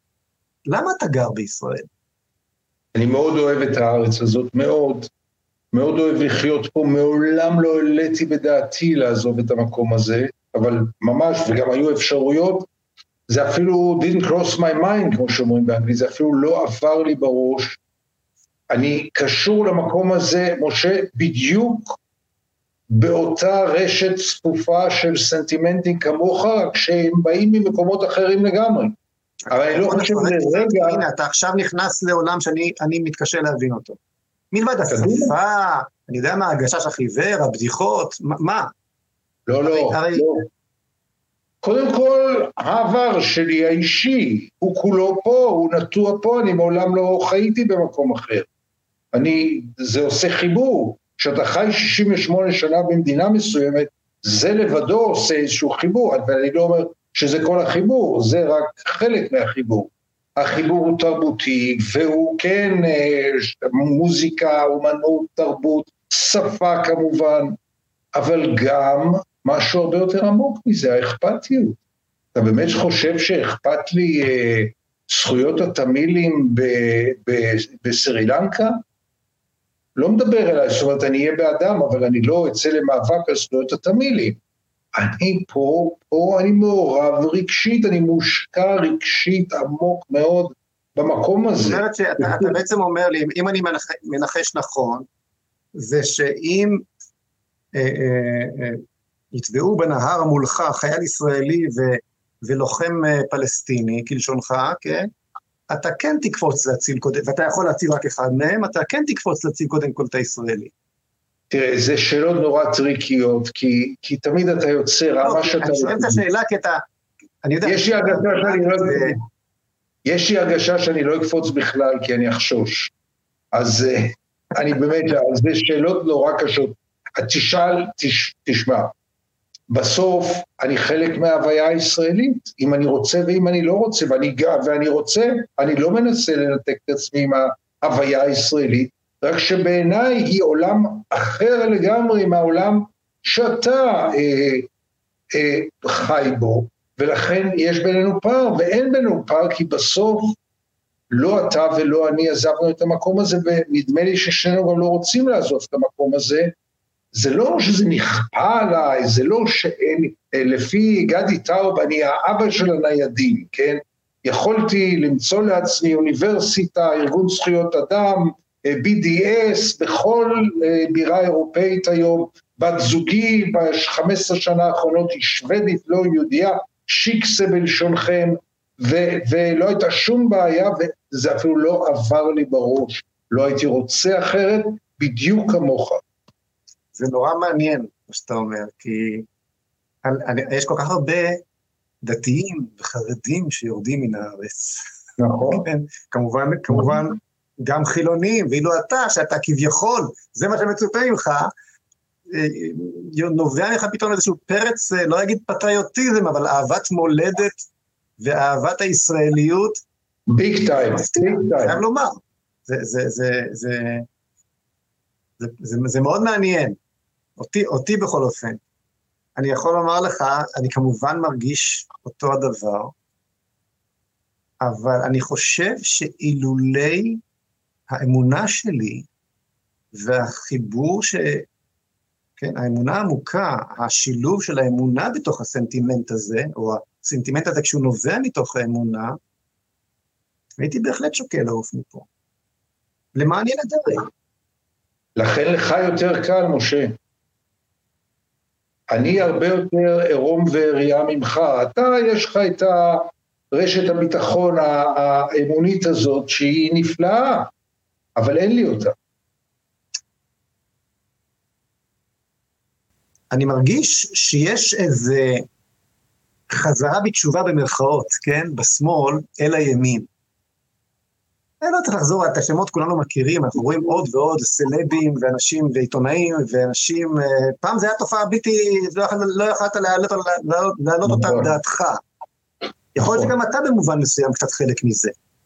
למה אתה גר בישראל? אני מאוד אוהב את הארץ הזאת, מאוד, מאוד אוהב לחיות פה, מעולם לא העליתי בדעתי לעזוב את המקום הזה, אבל ממש, וגם היו אפשרויות, זה אפילו didn't cross my mind, כמו שאומרים באנגלית, זה אפילו לא עבר לי בראש. אני קשור למקום הזה, משה, בדיוק באותה רשת צפופה של סנטימנטים כמוך, רק שהם באים ממקומות אחרים לגמרי. אבל אני לא חושב לרגע... הנה, אתה עכשיו נכנס לעולם שאני מתקשה להבין אותו. מלבד השפה, אני יודע מה, הגשש החיוור, הבדיחות, מה? לא, לא. קודם כל, העבר שלי האישי, הוא כולו פה, הוא נטוע פה, אני מעולם לא חייתי במקום אחר. זה עושה חיבור. כשאתה חי 68 שנה במדינה מסוימת, זה לבדו עושה איזשהו חיבור, אבל אני לא אומר שזה כל החיבור, זה רק חלק מהחיבור. החיבור הוא תרבותי, והוא כן מוזיקה, אומנות, תרבות, שפה כמובן, אבל גם משהו הרבה יותר עמוק מזה, האכפתיות. אתה באמת חושב שאכפת לי זכויות התמילים בסרילנקה? לא מדבר אליי, זאת אומרת, אני אהיה באדם, אבל אני לא אצא למאבק על זכויות התמילים. אני פה אני מעורב רגשית, אני מושקע רגשית עמוק מאוד במקום הזה. זאת אומרת שאתה בעצם אומר לי, אם אני מנחש נכון, זה שאם יתבעו בנהר מולך חייל ישראלי ולוחם פלסטיני, כלשונך, כן? אתה כן תקפוץ להציל קודם, ואתה יכול להציל רק אחד מהם, אתה כן תקפוץ להציל קודם כל את הישראלי. תראה, זה שאלות נורא טריקיות, כי תמיד אתה יוצר, לא, אני שואל את השאלה כי אתה, אני יודע... יש לי הרגשה שאני לא אקפוץ בכלל, כי אני אחשוש. אז אני באמת, זה שאלות נורא קשות. תשמע, בסוף אני חלק מההוויה הישראלית, אם אני רוצה ואם אני לא רוצה, ואני רוצה, אני לא מנסה לנתק את עצמי מההוויה הישראלית, רק שבעיניי היא עולם אחר לגמרי מהעולם שאתה חי בו, ולכן יש בינינו פער, ואין בינינו פער, כי בסוף לא אתה ולא אני עזבנו את המקום הזה, ונדמה לי ששנינו גם לא רוצים לעזוב את המקום הזה. זה לא שזה נכפה עליי, זה לא לפי גדי טאוב, אני האבא של הניידים, כן? יכולתי למצוא לעצמי אוניברסיטה, ארגון זכויות אדם, BDS, בכל בירה אירופאית היום, בת זוגי ב-15 שנה האחרונות היא שוודית, לא יהודיה, שיקסה בלשונכם, ולא הייתה שום בעיה, וזה אפילו לא עבר לי בראש, לא הייתי רוצה אחרת, בדיוק כמוך. זה נורא מעניין, מה שאתה אומר, כי יש כל כך הרבה דתיים וחרדים שיורדים מן הארץ. נכון. כמובן, גם חילונים, ואילו שאתה כביכול, זה מה שמצופה ממך, נובע לך פתאום איזשהו פרץ, לא אגיד פטריוטיזם, אבל אהבת מולדת ואהבת הישראליות. ביג טיים. חייב לומר. זה מאוד מעניין. אותי בכל אופן. אני יכול לומר לך, אני כמובן מרגיש אותו הדבר, אבל אני חושב שאילולי האמונה שלי, והחיבור כן, האמונה העמוקה, השילוב של האמונה בתוך הסנטימנט הזה, או הסנטימנט הזה כשהוא נובע מתוך האמונה, הייתי בהחלט שוקל לעוף מפה. למען ילדיי. לכן לך יותר קל, משה. אני הרבה יותר עירום ועריה ממך. אתה, יש לך את רשת הביטחון האמונית הזאת, שהיא נפלאה, אבל אין לי אותה. אני מרגיש שיש איזה חזרה בתשובה במרכאות, כן? בשמאל אל הימין. אני לא צריך לחזור, את השמות כולנו מכירים, אנחנו רואים עוד ועוד סלבים ואנשים ועיתונאים ואנשים, פעם זה היה תופעה בלתי, לא יכולת להעלות אותה בדעתך. יכול להיות שגם אתה במובן מסוים קצת חלק מזה.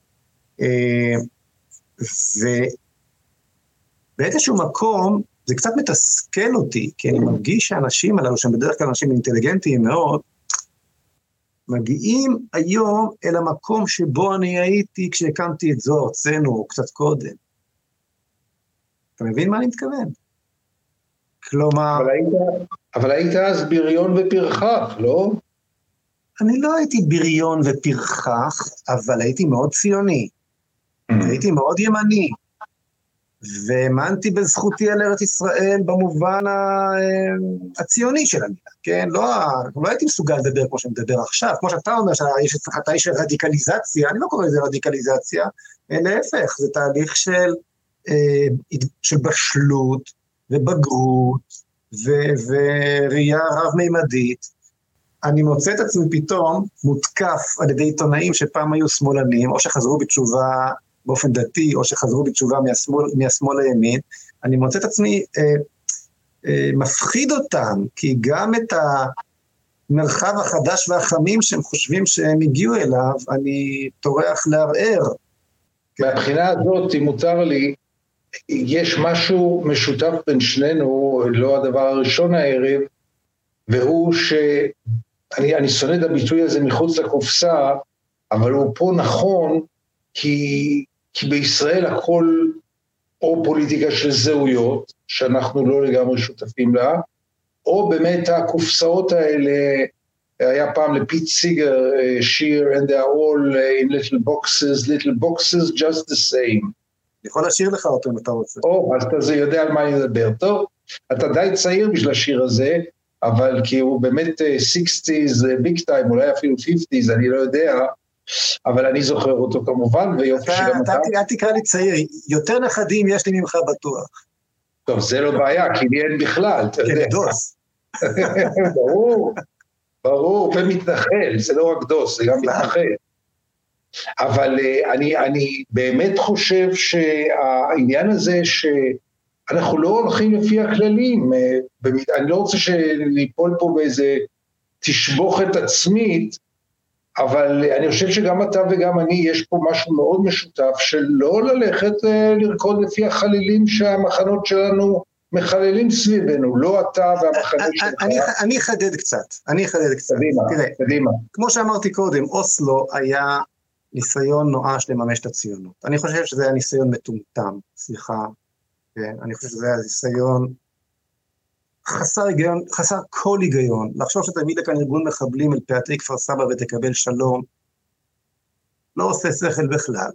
ובאיזשהו מקום, זה קצת מתסכל אותי, כי אני מרגיש שהאנשים הללו, שהם בדרך כלל אנשים אינטליגנטיים מאוד, מגיעים היום אל המקום שבו אני הייתי כשהקמתי את זו ארצנו, או קצת קודם. אתה מבין מה אני מתכוון? כלומר... אבל היית אז בריון ופרחח, לא? אני לא הייתי בריון ופרחח, אבל הייתי מאוד ציוני. הייתי מאוד ימני. והאמנתי בזכותי על ארץ ישראל במובן הציוני של המילה, כן? לא הייתי מסוגל לדבר כמו שמדבר עכשיו, כמו שאתה אומר שיש אצלך תהליך של רדיקליזציה, אני לא קורא לזה רדיקליזציה, להפך, זה תהליך של בשלות ובגרות וראייה רב-מימדית. אני מוצא את עצמי פתאום מותקף על ידי עיתונאים שפעם היו שמאלנים, או שחזרו בתשובה באופן דתי, או שחזרו בתשובה מהשמאל לימין, אני מוצא את עצמי מפחיד אותם, כי גם את המרחב החדש והחמים שהם חושבים שהם הגיעו אליו, אני טורח לערער. מהבחינה הזאת, אם מותר לי, יש משהו משותף בין שנינו, לא הדבר הראשון הערב, והוא אני שונא את הביטוי הזה מחוץ לקופסה, אבל הוא פה נכון, כי בישראל הכל או פוליטיקה של זהויות, שאנחנו לא לגמרי שותפים לה, או באמת הקופסאות האלה, היה פעם לפיט סיגר שיר, and they are all in little boxes just the same. אני יכול לשיר לך אותו אם אתה רוצה. אז אתה יודע על מה אני מדבר. טוב, אתה די צעיר בשביל השיר הזה, אבל כי הוא באמת 60s, big time, אולי אפילו 50s, אני לא יודע, אבל אני זוכר אותו כמובן, ויופי שגם אתה... אל תקרא לי צעיר, יותר נכדים יש לי ממך בטוח. טוב, זה לא בעיה, כי לי אין בכלל, אתה יודע. דוס. ברור, ומתנחל, זה לא רק דוס, זה גם מתנחל. אבל אני באמת חושב שהעניין הזה שאנחנו לא הולכים לפי הכללים, אני לא רוצה שניפול פה באיזה תשבוכת עצמית, אבל אני חושב שגם אתה וגם אני, יש פה משהו מאוד משותף, של לא ללכת לרקוד לפי החלילים שהמחנות שלנו מחללים סביבנו, לא אתה והמחנה שלך. אני אחדד קצת. קדימה. כמו שאמרתי קודם, אוסלו היה ניסיון נואש לממש את הציונות. אני חושב שזה היה ניסיון מטומטם, סליחה. אני חושב שזה היה ניסיון חסר היגיון, חסר כל היגיון, לחשוב שתביא לכאן ארגון מחבלים אל פאתי כפר סבא ותקבל שלום, לא עושה שכל בכלל.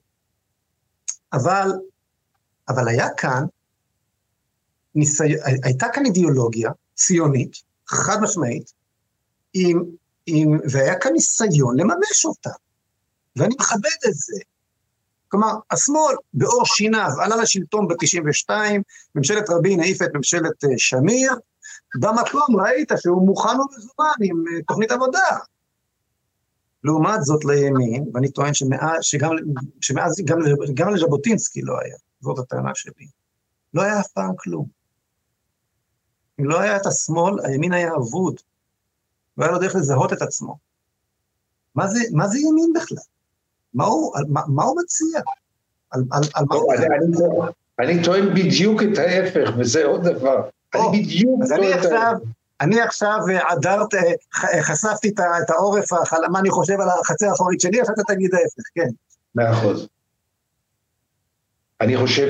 אבל היה כאן, הייתה כאן אידיאולוגיה ציונית, חד משמעית, והיה כאן ניסיון לממש אותה, ואני מכבד את זה. כלומר, השמאל באור שיניו עלה לשלטון ב-92, ממשלת רבין העיפה את ממשלת שמיר, במקום ראית שהוא מוכן ומזומן עם תוכנית עבודה. לעומת זאת לימין, ואני טוען שמאז גם לז'בוטינסקי לא היה, זאת הטענה שלי. לא היה אף פעם כלום. אם לא היה את השמאל, הימין היה אבוד. לא היה לו דרך לזהות את עצמו. מה זה ימין בכלל? מה הוא מציע? אני טוען בדיוק את ההפך, וזה עוד דבר. אני עכשיו חשפתי את העורף, מה אני חושב על החצר האחורית שלי, עכשיו אתה תגיד ההפך, כן. 100%. אני חושב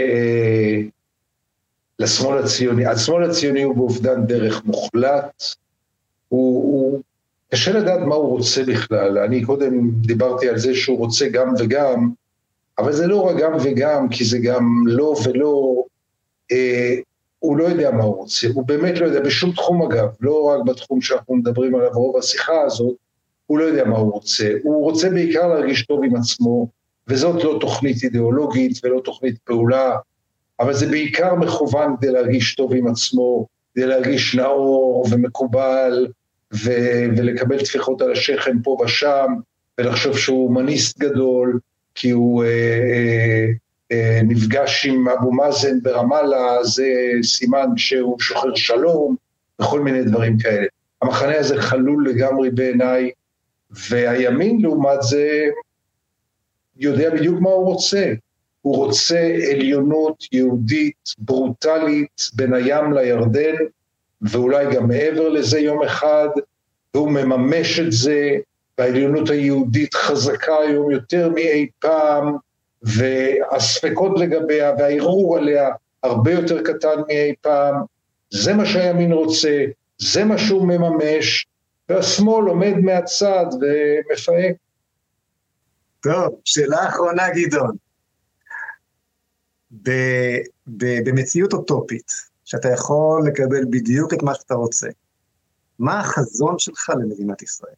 השמאל הציוני הוא באובדן דרך מוחלט, הוא קשה לדעת מה הוא רוצה בכלל, אני קודם דיברתי על זה שהוא רוצה גם וגם, אבל זה לא רק גם וגם, כי זה גם לא ולא, הוא לא יודע מה הוא רוצה, הוא באמת לא יודע, בשום תחום אגב, לא רק בתחום שאנחנו מדברים עליו רוב השיחה הזאת, הוא לא יודע מה הוא רוצה בעיקר להרגיש טוב עם עצמו, וזאת לא תוכנית אידיאולוגית ולא תוכנית פעולה, אבל זה בעיקר מכוון כדי להרגיש טוב עם עצמו, כדי להרגיש נאור ומקובל, ולקבל טפיחות על השכם פה ושם, ולחשוב שהוא הומניסט גדול, כי הוא נפגש עם אבו מאזן ברמאללה, זה סימן שהוא שוחר שלום, וכל מיני דברים כאלה. המחנה הזה חלול לגמרי בעיניי, והימין לעומת זה יודע בדיוק מה הוא רוצה. הוא רוצה עליונות יהודית ברוטלית בין הים לירדן, ואולי גם מעבר לזה יום אחד, והוא מממש את זה, והעליונות היהודית חזקה היום יותר מאי פעם, והספקות לגביה והערעור עליה הרבה יותר קטן מאי פעם, זה מה שהימין רוצה, זה מה שהוא מממש, והשמאל עומד מהצד ומפהק. טוב, שאלה אחרונה גדעון. במציאות אוטופית, שאתה יכול לקבל בדיוק את מה שאתה רוצה, מה החזון שלך למדינת ישראל?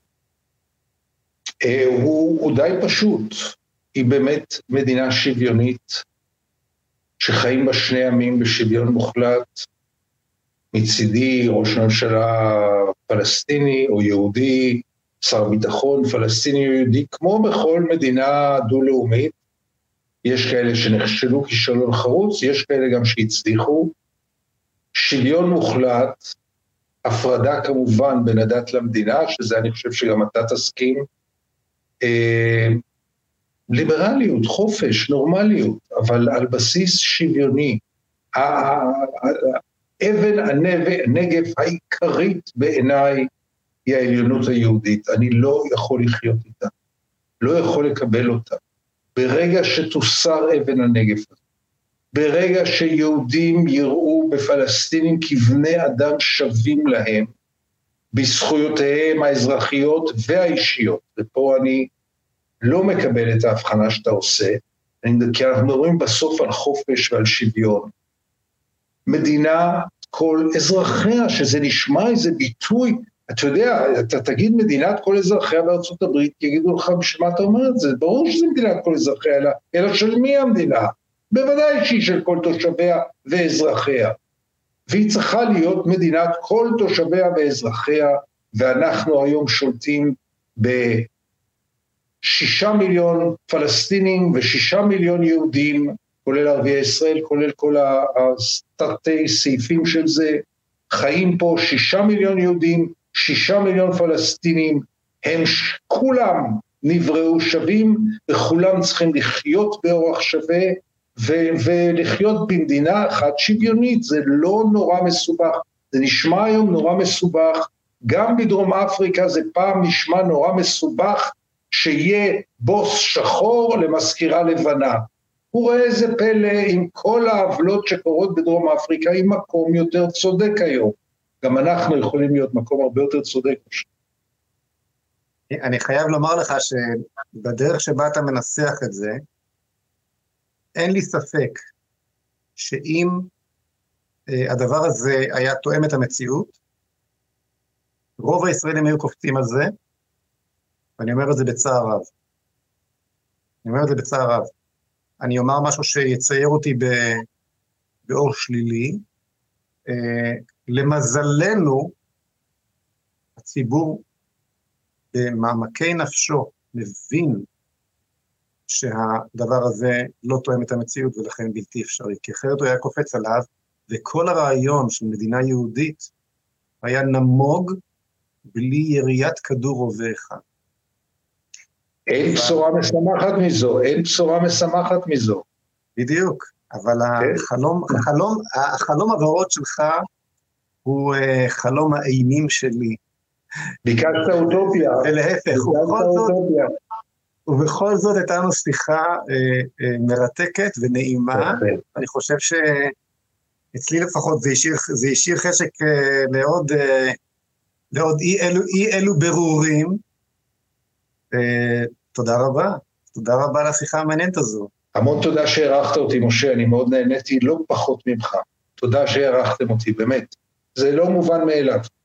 הוא די פשוט. היא באמת מדינה שוויונית, שחיים בה שני עמים בשוויון מוחלט, מצידי ראש ממשלה פלסטיני או יהודי, שר ביטחון פלסטיני או יהודי, כמו בכל מדינה דו-לאומית, יש כאלה שנכשלו כישלון חרוץ, יש כאלה גם שהצליחו, שוויון מוחלט, הפרדה כמובן בין הדת למדינה, שזה אני חושב שגם אתה תסכים, ליברליות, חופש, נורמליות, אבל על בסיס שוויוני. אבן הנגף העיקרית בעיניי היא העליונות היהודית. אני לא יכול לחיות איתה, לא יכול לקבל אותה. ברגע שתוסר אבן הנגף הזה, ברגע שיהודים יראו בפלסטינים כבני אדם שווים להם, בזכויותיהם האזרחיות והאישיות, ופה אני לא מקבל את ההבחנה שאתה עושה, כי אנחנו מדברים בסוף על חופש ועל שוויון. מדינה, כל אזרחיה, שזה נשמע איזה ביטוי, אתה יודע, אתה תגיד מדינת כל אזרחיה בארצות הברית, יגידו לך בשביל מה אתה אומר את זה, ברור שזה מדינת כל אזרחיה, אלא של מי המדינה? בוודאי שהיא של כל תושביה ואזרחיה. והיא צריכה להיות מדינת כל תושביה ואזרחיה, ואנחנו היום שולטים ב6 מיליון פלסטינים ו6 מיליון יהודים, כולל ערביי ישראל, כולל כל התתי סעיפים של זה, חיים פה 6 מיליון יהודים, 6 מיליון פלסטינים, הם כולם נבראו שווים, וכולם צריכים לחיות באורח שווה, ולחיות במדינה אחת שוויונית. זה לא נורא מסובך, זה נשמע היום נורא מסובך, גם בדרום אפריקה זה פעם נשמע נורא מסובך, שיהיה בוס שחור למזכירה לבנה. הוא ראה איזה פלא, עם כל העוולות שקורות בדרום אפריקה, עם מקום יותר צודק היום. גם אנחנו יכולים להיות מקום הרבה יותר צודק. אני חייב לומר לך שבדרך שבה אתה מנסח את זה, אין לי ספק שאם הדבר הזה היה תואם את המציאות, רוב הישראלים היו קופצים על זה, ואני אומר את זה בצער רב. אני אומר משהו שיצייר אותי באור שלילי. למזלנו, הציבור במעמקי נפשו מבין שהדבר הזה לא תואם את המציאות ולכן בלתי אפשרי, כי אחרת הוא היה קופץ עליו, וכל הרעיון של מדינה יהודית היה נמוג בלי יריית כדור רובה אחד. אין בשורה משמחת מזו. בדיוק, אבל החלום הוורוד שלך הוא חלום האימים שלי. ביקשת אוטופיה. ולהפך, ובכל זאת הייתה לנו שיחה מרתקת ונעימה. אני חושב שאצלי לפחות זה השאיר חשק לעוד אי אלו ברורים. תודה רבה על השיחה המעניינת הזו. המון תודה שהערכת אותי, משה, אני מאוד נהניתי, לא פחות ממך. תודה שהערכתם אותי, באמת. זה לא מובן מאליו.